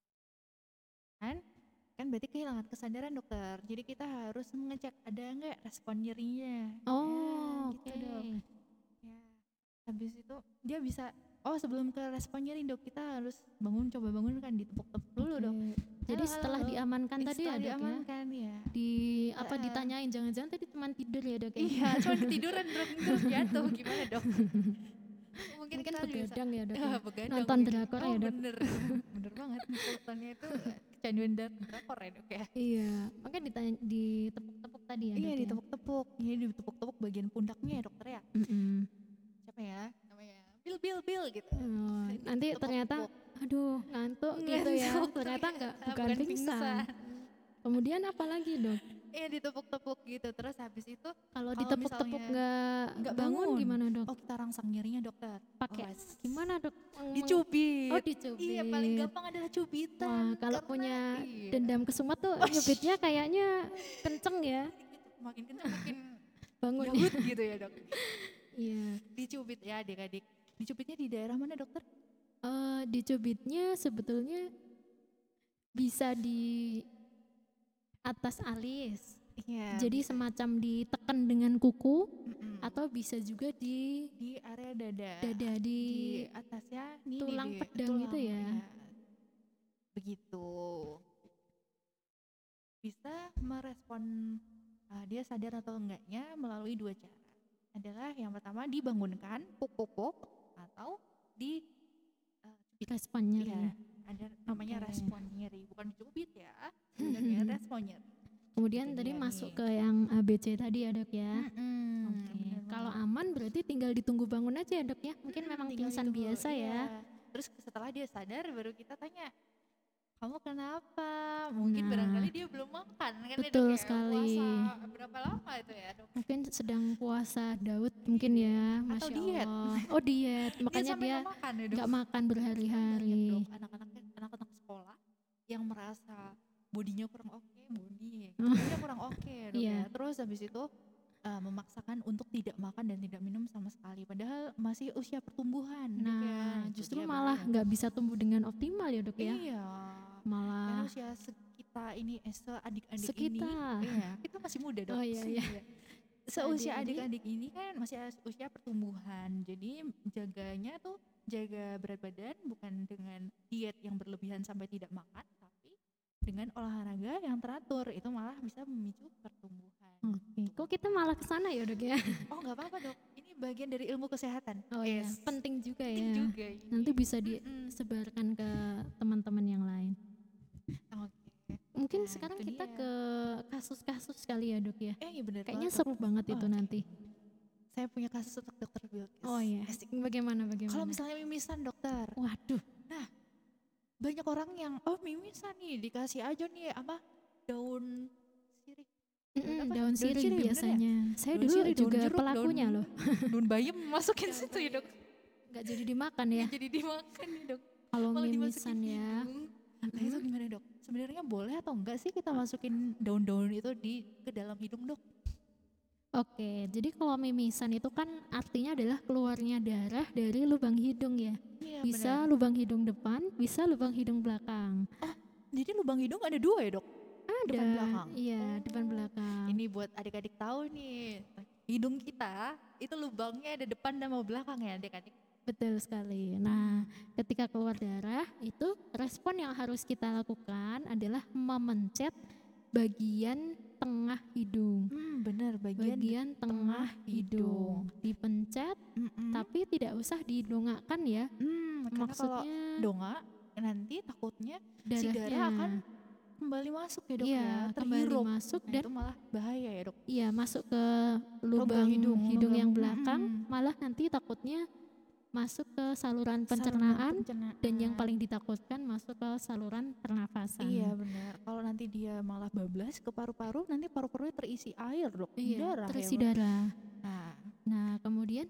Kan berarti kehilangan kesadaran dokter. Jadi kita harus mengecek ada nggak respon nyerinya. Oh, gitu dok. Ya. Habis itu dia bisa. Sebelum ke respon nyeri dok, kita harus coba bangun kan, ditepuk-tepuk dulu dok. Jadi setelah diamankan tadi ya dok diamankan, ya. Ditanyain jangan-jangan tadi cuma tidur ya dok ya? Iya, cuma ketiduran terus jatuh gimana dok? Mungkin begadang ya dok. Begadang, nonton drakor ya dok. Bener banget, peletonnya itu kecanduan drakor ya dok ya. Iya, makanya ditepuk-tepuk tadi ya dok. Iya, ditepuk-tepuk. Ini ditepuk-tepuk bagian pundaknya ya dokter ya. Siapa ya namanya? Bil gitu. Nanti ternyata aduh ngantuk gitu ya. Ternyata bukan pingsan. Kemudian apa lagi dok? Iya, ditepuk-tepuk gitu. Terus habis itu kalau ditepuk-tepuk nggak bangun gimana dok? Kita rangsang nyerinya dokter. Pakai gimana dok? Dicubit. Dicubit. Iya, paling gampang adalah cubitan. Kalau punya dendam kesumat tuh nyubitnya kayaknya kenceng ya. Makin kenceng makin bangun gitu ya dok. Iya. Dicubit ya adik-adik. Dicubitnya di daerah mana dokter? Dicubitnya sebetulnya bisa di atas alis. Iya. Jadi semacam ditekan dengan kuku atau bisa juga di area dada. Di atasnya tulang pedang itu ya. Begitu. Bisa merespon dia sadar atau enggaknya melalui 2 cara. Adalah yang pertama dibangunkan, puk-puk, atau respon nyeri. Ya, ada namanya respon nyeri, bukan dicubit ya. Sebenarnya respon nyeri. Kemudian tadi masuk ke yang ABC tadi ya dok ya. Kalau aman berarti tinggal ditunggu bangun aja ya dok ya. Mungkin memang pingsan biasa ya. Terus setelah dia sadar baru kita tanya, kamu kenapa? Mungkin Nah, barangkali dia belum makan kan ya dok betul ya. sekali. Puasa berapa lama itu ya dok? Mungkin sedang puasa Daud mungkin ya, Atau Masya diet? Allah. Oh diet, Dia makanya sampai dia nggak makan ya dok? nggak makan Banyak berhari-hari. dok anak-anak sekolah yang merasa bodinya kurang oke, tubuhnya kurang oke ya dok ya. Iya. Terus habis itu memaksakan untuk tidak makan dan tidak minum sama sekali. Padahal masih usia pertumbuhan dok ya. Nah, Itu justru dia malah bahaya. nggak bisa tumbuh dengan optimal ya dok ya. Iya. Karena Malah usia kita ini, seadik-adik ini, sekitar. iya, kita masih muda dok. Oh iya iya. Iya. Seusia Adik-adik. adik-adik ini kan masih usia pertumbuhan. Jadi jaganya tuh jaga berat badan bukan dengan diet yang berlebihan sampai tidak makan, tapi dengan olahraga yang teratur. Itu malah bisa memicu pertumbuhan. Oke, kok kita malah ke sana ya dok ya? Oh nggak apa-apa dok. Ini bagian dari ilmu kesehatan. Oh iya, Yes. penting juga Penting ya. juga ini. Nanti bisa Mm-mm. disebarkan ke teman-teman yang lain. Oke. Mungkin Nah, sekarang itu kita dia. ke kasus-kasus kali ya dok ya. Iya bener Kayaknya banget, Dok. seru banget itu Oke. nanti. Saya punya kasus untuk dokter Bilkis. Oh iya. Asik. Bagaimana Kalau bagaimana? misalnya mimisan dokter, Waduh. banyak orang yang mimisan nih dikasih aja nih apa daun sirih, apa? Daun sirih bener ya? biasanya. Saya Daun dulu sirih, daun juga jeruk, pelakunya daun- loh. daun bayam masukin Daun situ ya dok. Nggak jadi dimakan ya. Jadi dimakan nih dok. Kalau Malah mimisan dimasukin ya. hidung. Nah itu gimana dok? Sebenarnya boleh atau enggak sih kita masukin daun-daun itu ke dalam hidung dok? Oke, jadi kalau mimisan itu kan artinya adalah keluarnya darah dari lubang hidung ya. Iya Bisa benar. lubang hidung depan, bisa lubang hidung belakang. Jadi lubang hidung ada dua ya dok? Depan Ada, belakang. iya Oh. depan belakang. Ini buat adik-adik tahu nih, hidung kita itu lubangnya ada depan dan mau belakang ya adik-adik. Betul sekali. Nah, ketika keluar darah itu respon yang harus kita lakukan adalah memencet bagian tengah hidung. Bener Bagian tengah hidung. Dipencet Mm-mm. tapi tidak usah didongakkan ya. Karena kalau Maksudnya dongak nanti takutnya si darahnya darah akan kembali masuk ya dok iya, ya, kembali terhirup. masuk Nah, dan itu malah bahaya ya dok. iya masuk ke lubang hidung, hidung yang lubang, belakang, malah nanti takutnya masuk ke saluran pencernaan dan yang paling ditakutkan masuk ke saluran pernafasan. Iya benar. Kalau nanti dia malah bablas ke paru-paru, nanti paru-parunya terisi air dok, Iya, darah terisi ya. Bang? darah. Nah, Nah, kemudian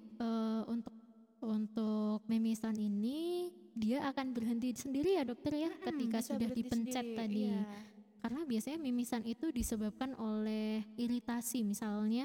untuk mimisan ini dia akan berhenti sendiri ya dokter ya ketika bisa sudah berhenti dipencet sendiri, tadi. iya. Karena biasanya mimisan itu disebabkan oleh iritasi, misalnya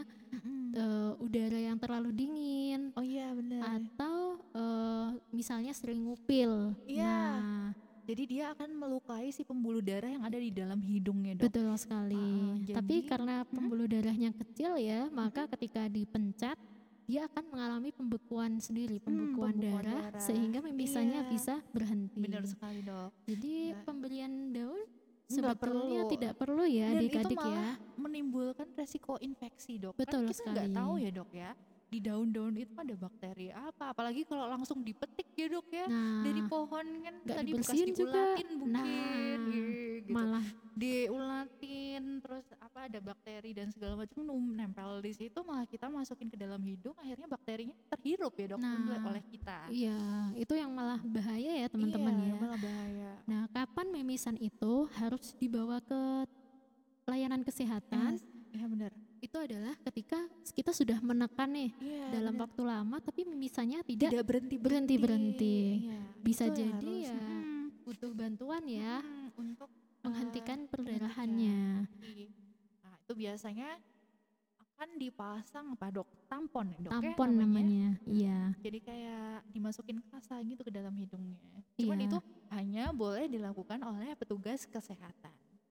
udara yang terlalu dingin Oh iya benar. atau misalnya sering ngupil. Iya. Nah, Jadi dia akan melukai si pembuluh darah yang ada di dalam hidungnya dok. betul sekali. jadi- Tapi karena pembuluh darahnya kecil ya, maka ketika dipencet dia akan mengalami pembekuan sendiri, pembekuan pembekuan darah, darah. sehingga mimisannya Iya. bisa berhenti. Benar sekali dok. Jadi Ya. pemberian daun Nggak sebetulnya perlu. tidak perlu ya Dan itu adik-adik ya. malah menimbulkan resiko infeksi dok. Betul Kan kita nggak sekali. tahu ya dok ya. Di daun-daun itu ada bakteri apa. Apalagi kalau langsung dipetik ya dok ya. Nah, Dari pohon kan nggak tadi bekas dibersihin juga. diulatin mungkin. Nah, gitu. malah Diulatin terus apa ada bakteri dan segala macam nempel di situ, malah kita masukin ke dalam hidung, akhirnya bakterinya terhirup ya dok oleh kita. iya, itu yang malah bahaya ya teman-teman Iya, ya. malah bahaya. Nah, kapan mimisan itu harus dibawa ke layanan kesehatan? Iya benar. Itu adalah ketika kita sudah menekan nih Iya, dalam benar. waktu lama tapi mimisannya tidak tidak berhenti berhenti. Iya, Bisa itu yang jadi harus, ya butuh bantuan ya untuk menghentikan perdarahannya. Nah, itu biasanya akan dipasang apa dok? Tampon ya dok? Tampon namanya. Iya. Jadi kayak dimasukin kasa gitu ke dalam hidungnya. Cuman Iya. itu hanya boleh dilakukan oleh petugas kesehatan.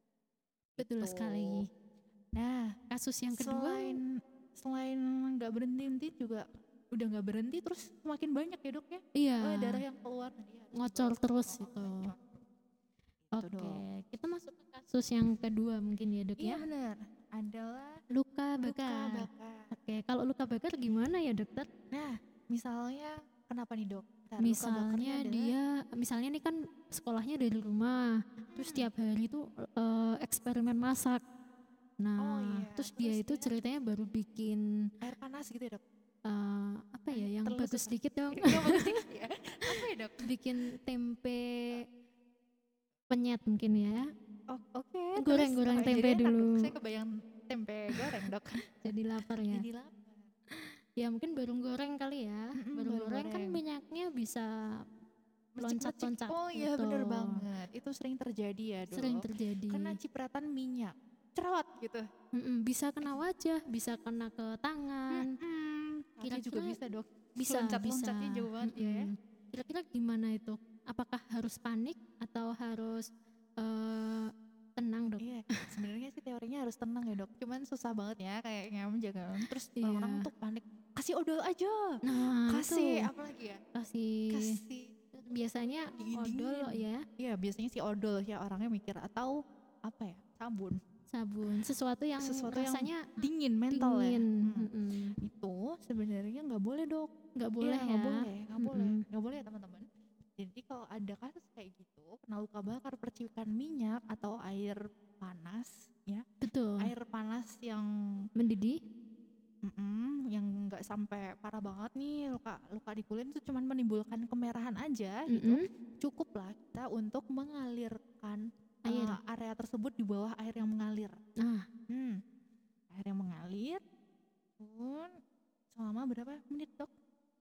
Betul Gitu. sekali. Nah, Kasus yang kedua, selain nggak berhenti juga udah nggak berhenti, terus semakin banyak ya dok ya? iya, Darah yang keluar tadi harus ngocor dibawa ke terus bawah, itu. ngocor. Oke, Gitu, Dok. kita masuk ke kasus yang kedua mungkin ya dok Iya ya. benar, adalah Luka luka bakar. bakar. Oke, kalau luka bakar gimana ya dokter? Nah, misalnya kenapa nih dok? Luka Misalnya bakarnya adalah, misalnya nih kan sekolahnya dari rumah, terus tiap hari tuh eksperimen masak. Nah, iya, terus dia terus itu dia- ceritanya baru bikin air panas gitu ya dok? apa ya yang Telusuk bagus lah. dikit dong. Nggak bagus dikit ya? Apa ya dok? Bikin tempe penyet mungkin ya. Oh, oke. Goreng tempe Jadi enak dong. dulu. Saya kebayang tempe goreng dok. Jadi lapar ya. Jadi lapar. Ya mungkin baru goreng kali ya. Baru Baru goreng kan goreng. minyaknya bisa Mercik-mercik. loncat-loncat. Oh iya Betul. bener banget. Itu sering terjadi ya dok. Sering terjadi. Karena cipratan minyak. Cerot gitu. Bisa kena wajah, bisa kena ke tangan. Kira juga bisa dok. Bisa. Loncat-loncatnya jauh banget ya. Kira-kira gimana itu? Apakah harus panik atau harus tenang dok? Iya, sebenarnya sih teorinya harus tenang ya dok. Cuman susah banget ya kayaknya menjaga. Terus Iya. orang tuh panik. Kasih odol aja. Nah Kasih itu. apa lagi ya? Kasih. Biasanya Dingin-dingin. odol ya. Iya biasanya sih odol ya orangnya mikir. Atau apa ya, sabun. Sesuatu yang rasanya dingin, mental ya. Itu sebenarnya nggak boleh dok. Nggak boleh ya. Nggak boleh ya teman-teman. Jadi kalau ada kasus kayak gitu, kena luka bakar percikan minyak atau air panas ya. Betul. Air panas yang mendidih. Yang nggak sampai parah banget nih, luka di kulit itu cuman menimbulkan kemerahan aja gitu. Cukup lah kita untuk mengalirkan area tersebut di bawah air yang mengalir. Air yang mengalir pun selama berapa menit dok?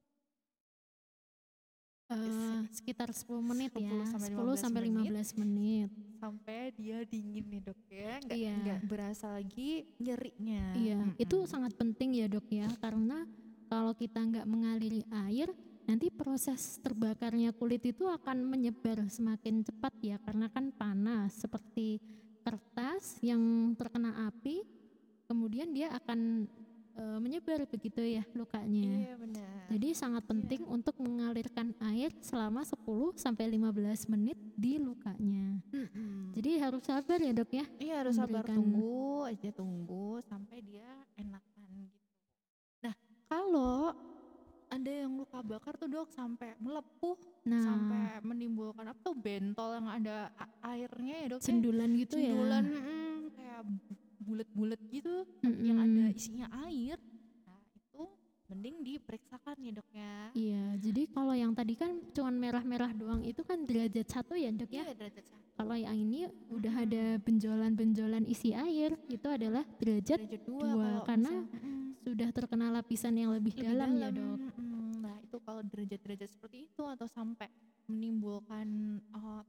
Sekitar 10 menit ya. 10 10 sampai 15 menit. Sampai dia dingin nih dok ya. Nggak berasa lagi nyerinya. Iya, itu sangat penting ya dok ya. Karena kalau kita nggak mengaliri air, nanti proses terbakarnya kulit itu akan menyebar semakin cepat ya. Karena kan panas, seperti kertas yang terkena api, kemudian dia akan menyebar begitu ya lukanya. Iya benar. Jadi sangat penting untuk mengalirkan air selama 10 sampai 15 menit di lukanya. Jadi harus sabar ya dok ya. Iya harus sabar, tunggu sampai dia enakan gitu. Nah kalau ada yang luka bakar tuh dok sampai melepuh, sampai menimbulkan apa tuh bentol yang ada airnya ya dok. Cendulan gitu ya. Cendulan kayak bulet-bulet gitu yang ada isinya air. Nah itu mending diperiksakan ya dok ya. Iya, jadi kalau yang tadi kan cuman merah-merah doang itu kan derajat 1 ya dok ya. Iya derajat 1. Kalau yang ini udah ada benjolan-benjolan isi air, itu adalah derajat 2 karena sudah terkena lapisan yang lebih dalam ya dok. Nah itu kalau derajat-derajat seperti itu atau sampai menimbulkan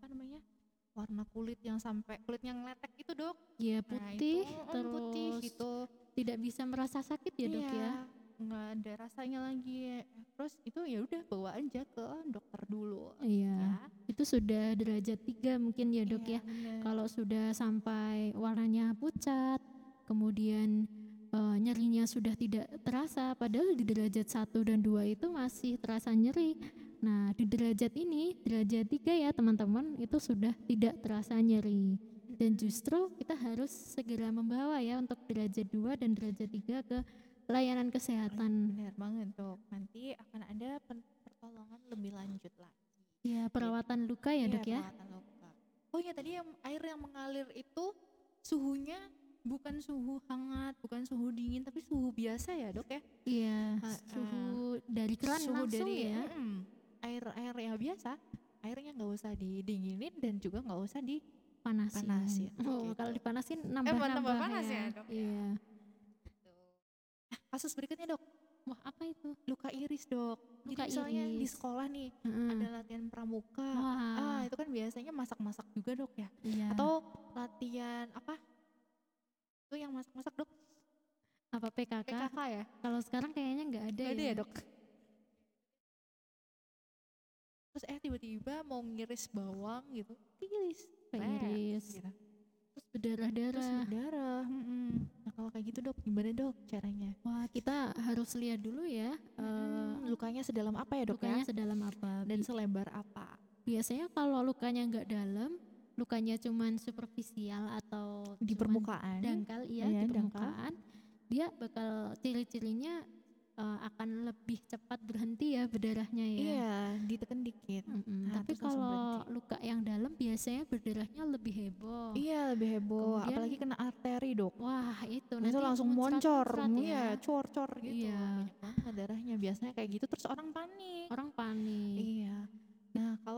warna kulit yang sampai kulitnya ngeletek gitu dok. Iya putih, terus putih gitu. Tidak bisa merasa sakit ya dok ya. Nggak ada rasanya lagi. Terus itu ya udah bawa aja ke dokter dulu. Iya. Itu sudah derajat 3 mungkin ya dok ya. Kalau sudah sampai warnanya pucat, kemudian nyerinya sudah tidak terasa, padahal di derajat 1 dan 2 itu masih terasa nyeri. Nah di derajat ini, derajat 3 ya teman-teman, itu sudah tidak terasa nyeri. Dan justru kita harus segera membawa ya untuk derajat 2 dan derajat 3 ke layanan kesehatan. Benar banget dok, nanti akan ada pertolongan lebih lanjut lagi. Ya perawatan luka ya dok ya. Perawatan luka. Oh ya tadi air yang mengalir itu suhunya bukan suhu hangat, bukan suhu dingin, tapi suhu biasa ya dok ya? Iya, suhu dari keran langsung ya. Air yang biasa, airnya nggak usah didinginin dan juga nggak usah dipanasin. Gitu. Kalau dipanasin nambah panas ya dok. Iya. Kasus berikutnya dok. Wah apa itu? Luka iris dok. Luka Jadi misalnya iris. di sekolah nih ada latihan pramuka. Itu kan biasanya masak-masak juga dok ya. Iya. Atau latihan apa? Itu yang masak-masak dok. Apa PKK? PKK ya? Kalau sekarang kayaknya nggak ada ya dok. Terus tiba-tiba mau ngiris bawang gitu, iris. Gitu. Terus berdarah-darah. Nah kalau kayak gitu dok, gimana dok caranya? Wah kita harus lihat dulu ya. Lukanya sedalam apa ya dok? Lukanya sedalam apa? Dan selebar apa? Biasanya kalau lukanya nggak dalam, lukanya cuman superficial atau di permukaan, dangkal di permukaan, dia bakal ciri-cirinya akan lebih cepat berhenti ya berdarahnya ya. Iya, ditekan dikit. Tapi kalau luka yang dalam biasanya berdarahnya lebih heboh. Iya, lebih heboh. Kemudian, apalagi kena arteri dok. Wah itu nanti langsung moncor, ya. Cor-cor gitu. Iya. Banyak banget darahnya biasanya kayak gitu. Terus orang panik. Iya. Nah kalau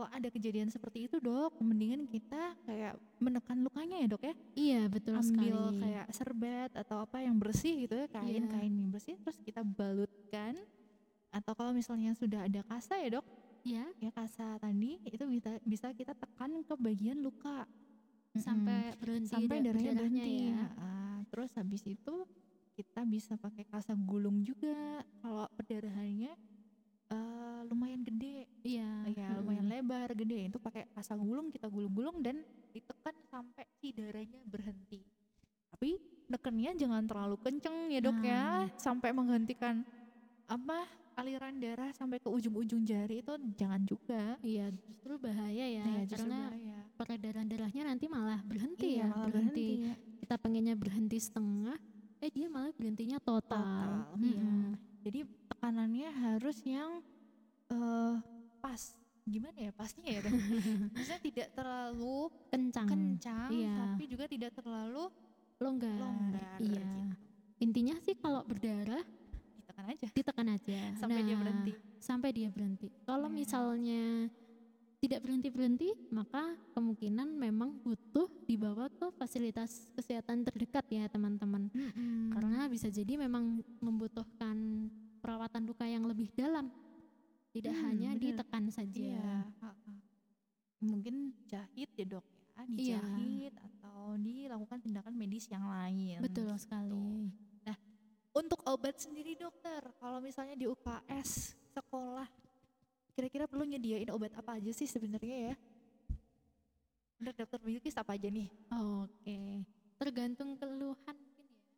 kalau ada kejadian seperti itu dok, mendingan kita kayak menekan lukanya ya dok ya. Iya, betul Ambil sekali. kayak serbet atau apa yang bersih gitu ya, Iya. kain yang bersih, terus kita balutkan. Atau kalau misalnya sudah ada kasa ya dok, Ya, ya kasa tadi itu bisa kita tekan ke bagian luka. sampai berhenti Sampai darahnya berdarahnya berhenti. ya. Terus habis itu kita bisa pakai kasa gulung juga kalau perdarahannya lumayan gede. Iya. Ya lumayan lebar, gede. Itu pakai kasa gulung, kita gulung-gulung dan ditekan sampai si darahnya berhenti. Tapi nekennya jangan terlalu kenceng ya dok ya, sampai menghentikan aliran darah sampai ke ujung-ujung jari, itu jangan juga. Iya, justru bahaya ya, Iya, justru karena bahaya. peredaran darahnya nanti malah berhenti Iya, ya, malah berhenti. Kita pengennya berhenti setengah, dia malah berhentinya total. Iya. Jadi tekanannya harus yang pas. Gimana ya pasnya ya dok? Maksudnya tidak terlalu Kencang. Iya. tapi juga tidak terlalu longgar. Iya. gitu. Intinya sih kalau berdarah ditekan aja sampai dia berhenti. Sampai dia berhenti. Kalau misalnya tidak berhenti, maka kemungkinan memang butuh dibawa ke fasilitas kesehatan terdekat ya teman-teman. Karena bisa jadi memang membutuhkan perawatan luka yang lebih dalam, tidak hanya bener. ditekan saja. Iya. Mungkin jahit ya dok ya, dijahit atau dilakukan tindakan medis yang lain. Betul sekali. Nah, untuk obat sendiri dokter, kalau misalnya di UKS sekolah, kira-kira perlu nyediain obat apa aja sih sebenarnya ya? Untuk dokter Bilkis apa aja nih? Oke, tergantung keluhan mungkin ya.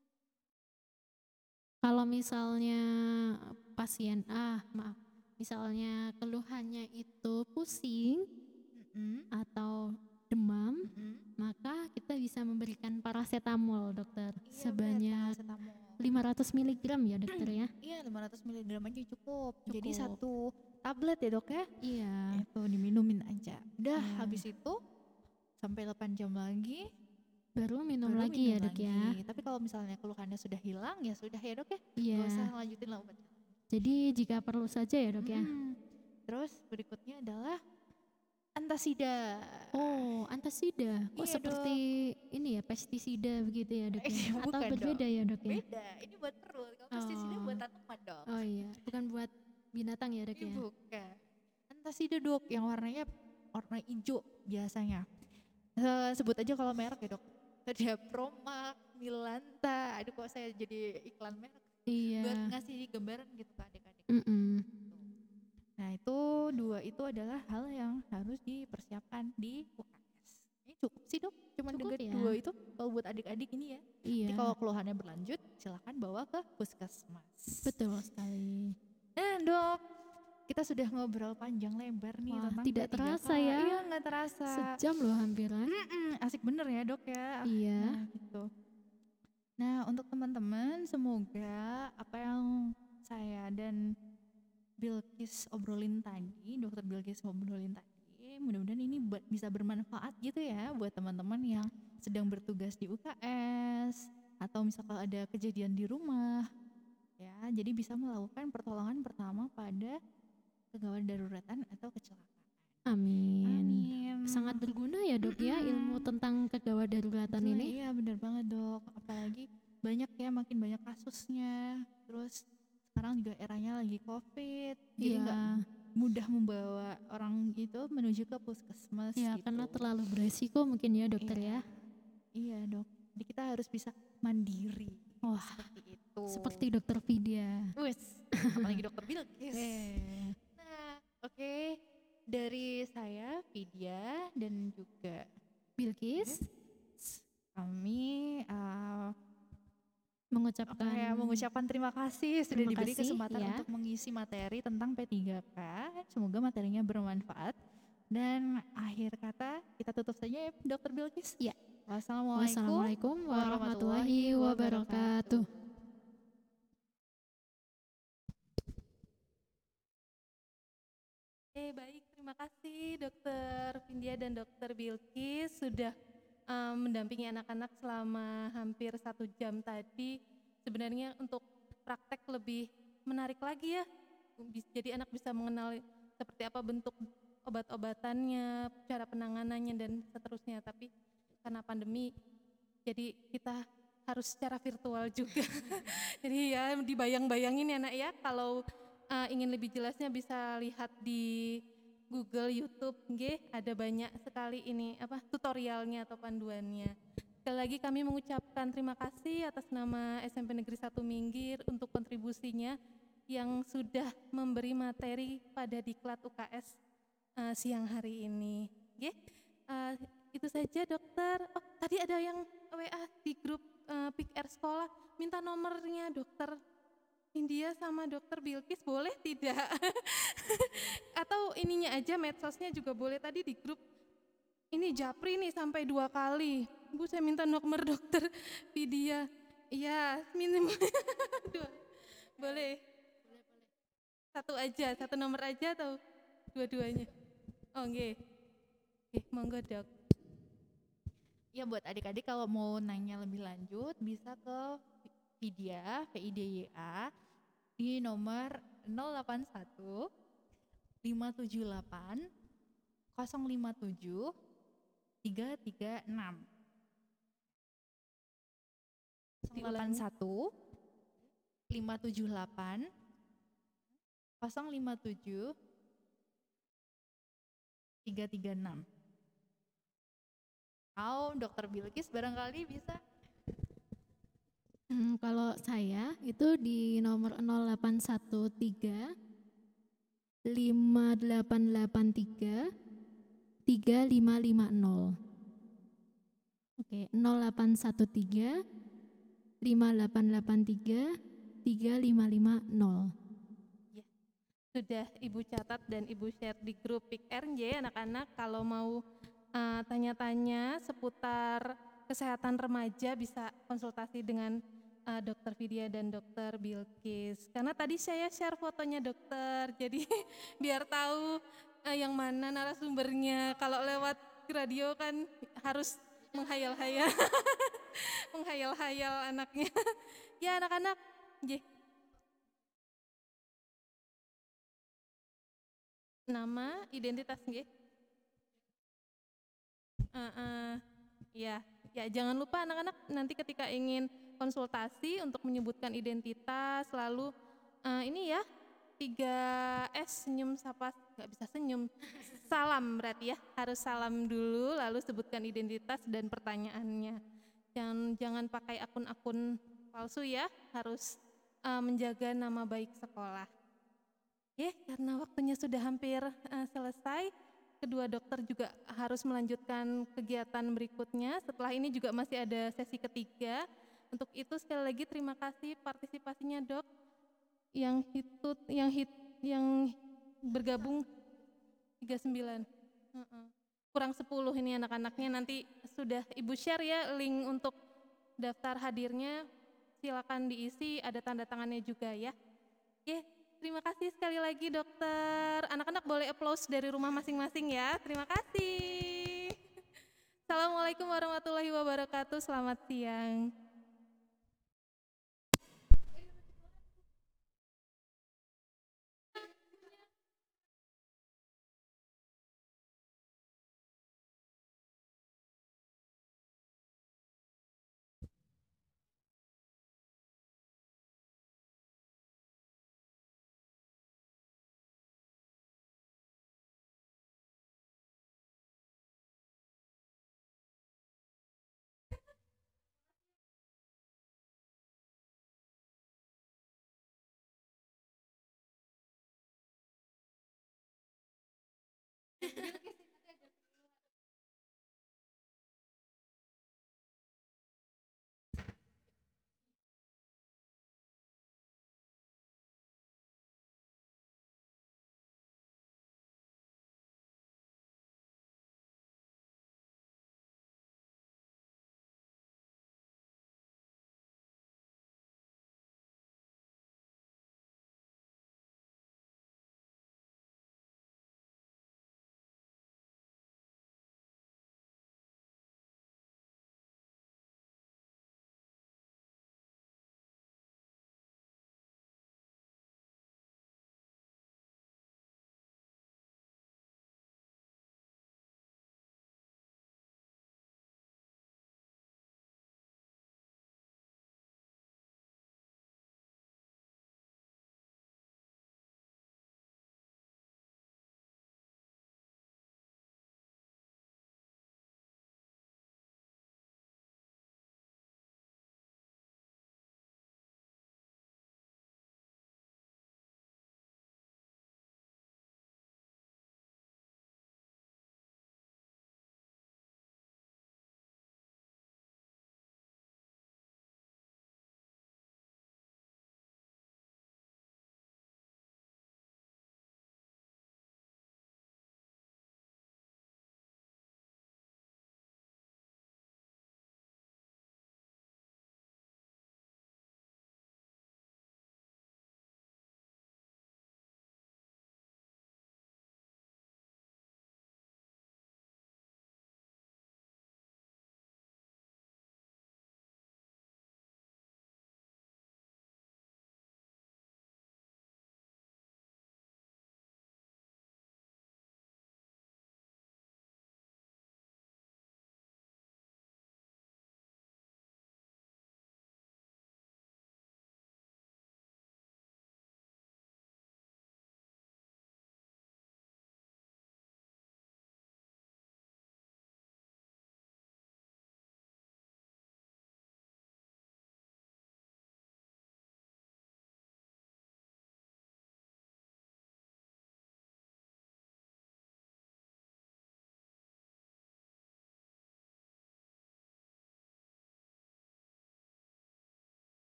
Kalau misalnya pasien misalnya keluhannya itu pusing atau demam, maka kita bisa memberikan paracetamol dokter, sebanyak 500 mg ya dokter ya. Iya, 500 mg aja cukup. Jadi 1 tablet ya dok ya? Iya. Itu diminumin aja. Udah habis itu sampai 8 jam lagi baru minum lagi ya dok ya. Tapi kalau misalnya keluhannya sudah hilang ya sudah ya dok ya. Iya. Gak usah lanjutin lah obatnya. Jadi jika perlu saja ya dok ya. Terus berikutnya adalah antasida. Oh, antasida. Kok seperti ini ya, pestisida begitu ya dok ya? Atau berbeda ya dok ya? Beda, ini buat perut. Kalau pestisida buat tanaman dok. Oh iya, bukan buat binatang ya dok ya? Bukan. Antasida dok, yang warnanya warna hijau biasanya. Sebut aja kalau merek ya dok. Ada Promax, Milanta. Aduh kok saya jadi iklan merek. Iya. Buat ngasih gambaran gitu ke adik-adik. Nah itu 2 itu adalah hal yang harus dipersiapkan di UKS. Ini cukup sih dok, cuma dengan ya? 2 itu kalau buat adik-adik ini ya. Iya. Jadi kalau keluhannya berlanjut silahkan bawa ke puskesmas. Betul sekali. Nah dok, kita sudah ngobrol panjang lebar nih. Wah, tentang tidak P3K. terasa ya. Iya gak terasa. Sejam loh hampiran. Asik bener ya dok ya. Iya. Nah gitu. Nah untuk teman-teman, semoga apa yang saya dan Bilkis obrolin tadi, dokter Bilkis obrolin tadi, mudah-mudahan ini bisa bermanfaat gitu ya buat teman-teman yang sedang bertugas di UKS atau misalkan ada kejadian di rumah ya, jadi bisa melakukan pertolongan pertama pada kegawat daruratan atau kecelakaan. Amin. Sangat berguna ya dok ya ilmu tentang kegawat daruratan ini. Iya benar banget dok, apalagi banyak ya, makin banyak kasusnya. Terus sekarang juga eranya lagi COVID, jadi nggak mudah membawa orang itu menuju ke puskesmas. Ya gitu. karena terlalu beresiko mungkin ya dokter ya. Iya dok, jadi kita harus bisa mandiri. Wah, seperti itu. Seperti dokter Vidya. Apalagi dokter Bilkis. Nah, oke. Dari saya Vidya dan juga Bilkis, kami mengucapkan terima kasih sudah diberi kesempatan untuk mengisi materi tentang P3K. Semoga materinya bermanfaat. Dan akhir kata kita tutup saja ya dokter Bilkis. Ya. Wassalamualaikum warahmatullahi wabarakatuh. Baik, terima kasih dokter Vidya dan dokter Bilkis sudah mendampingi anak-anak selama hampir 1 jam tadi. Sebenarnya untuk praktek lebih menarik lagi ya, jadi anak bisa mengenal seperti apa bentuk obat-obatannya, cara penanganannya dan seterusnya. Tapi karena pandemi, jadi kita harus secara virtual juga. Jadi ya dibayang-bayangin ya nak ya, kalau ingin lebih jelasnya bisa lihat di Google, YouTube, ada banyak sekali ini tutorialnya atau panduannya. Sekali lagi kami mengucapkan terima kasih atas nama SMP Negeri 1 Minggir untuk kontribusinya yang sudah memberi materi pada Diklat UKS siang hari ini. Itu saja dokter. Oh, tadi ada yang WA di grup Pick Air sekolah, minta nomornya dokter India sama dokter Bilkis, boleh tidak? Atau ininya aja, medsosnya juga boleh. Tadi di grup ini Japri nih sampai 2 kali, Bu saya minta nomor dokter Vidya. Iya, minimal 2. Boleh. Satu aja, satu nomor aja atau dua-duanya? Oh nggih. Monggo dok. Ya buat adik-adik kalau mau nanya lebih lanjut bisa ke Vidya, VIDYA di nomor 081 578 057 336. 081 578 057 336. Dokter Bilkis barangkali bisa. Kalau saya itu di nomor 0813 5883 3550. Oke, 0813 5883 3550. Sudah Ibu catat dan Ibu share di grup Pick Air anak-anak. Kalau mau tanya-tanya seputar kesehatan remaja bisa konsultasi dengan Dokter Vidya dan Dokter Bilkis. Karena tadi saya share fotonya dokter, jadi biar tahu yang mana narasumbernya. Kalau lewat radio kan harus menghayal-hayal, menghayal-hayal anaknya. Ya anak-anak, nama, identitas ya jangan lupa anak-anak nanti ketika ingin konsultasi untuk menyebutkan identitas selalu ini ya 3S senyum sapa, nggak bisa senyum, salam berarti ya, harus salam dulu lalu sebutkan identitas dan pertanyaannya. Jangan pakai akun-akun palsu ya, harus menjaga nama baik sekolah. Karena waktunya sudah hampir selesai, kedua dokter juga harus melanjutkan kegiatan berikutnya. Setelah ini juga masih ada sesi ketiga. Untuk itu sekali lagi terima kasih partisipasinya dok. Yang bergabung 39. Kurang 10 ini anak-anaknya, nanti sudah Ibu share ya link untuk daftar hadirnya. Silakan diisi, ada tanda tangannya juga ya. Terima kasih sekali lagi dokter. Anak-anak boleh applause dari rumah masing-masing ya. Terima kasih. Assalamualaikum warahmatullahi wabarakatuh. Selamat siang.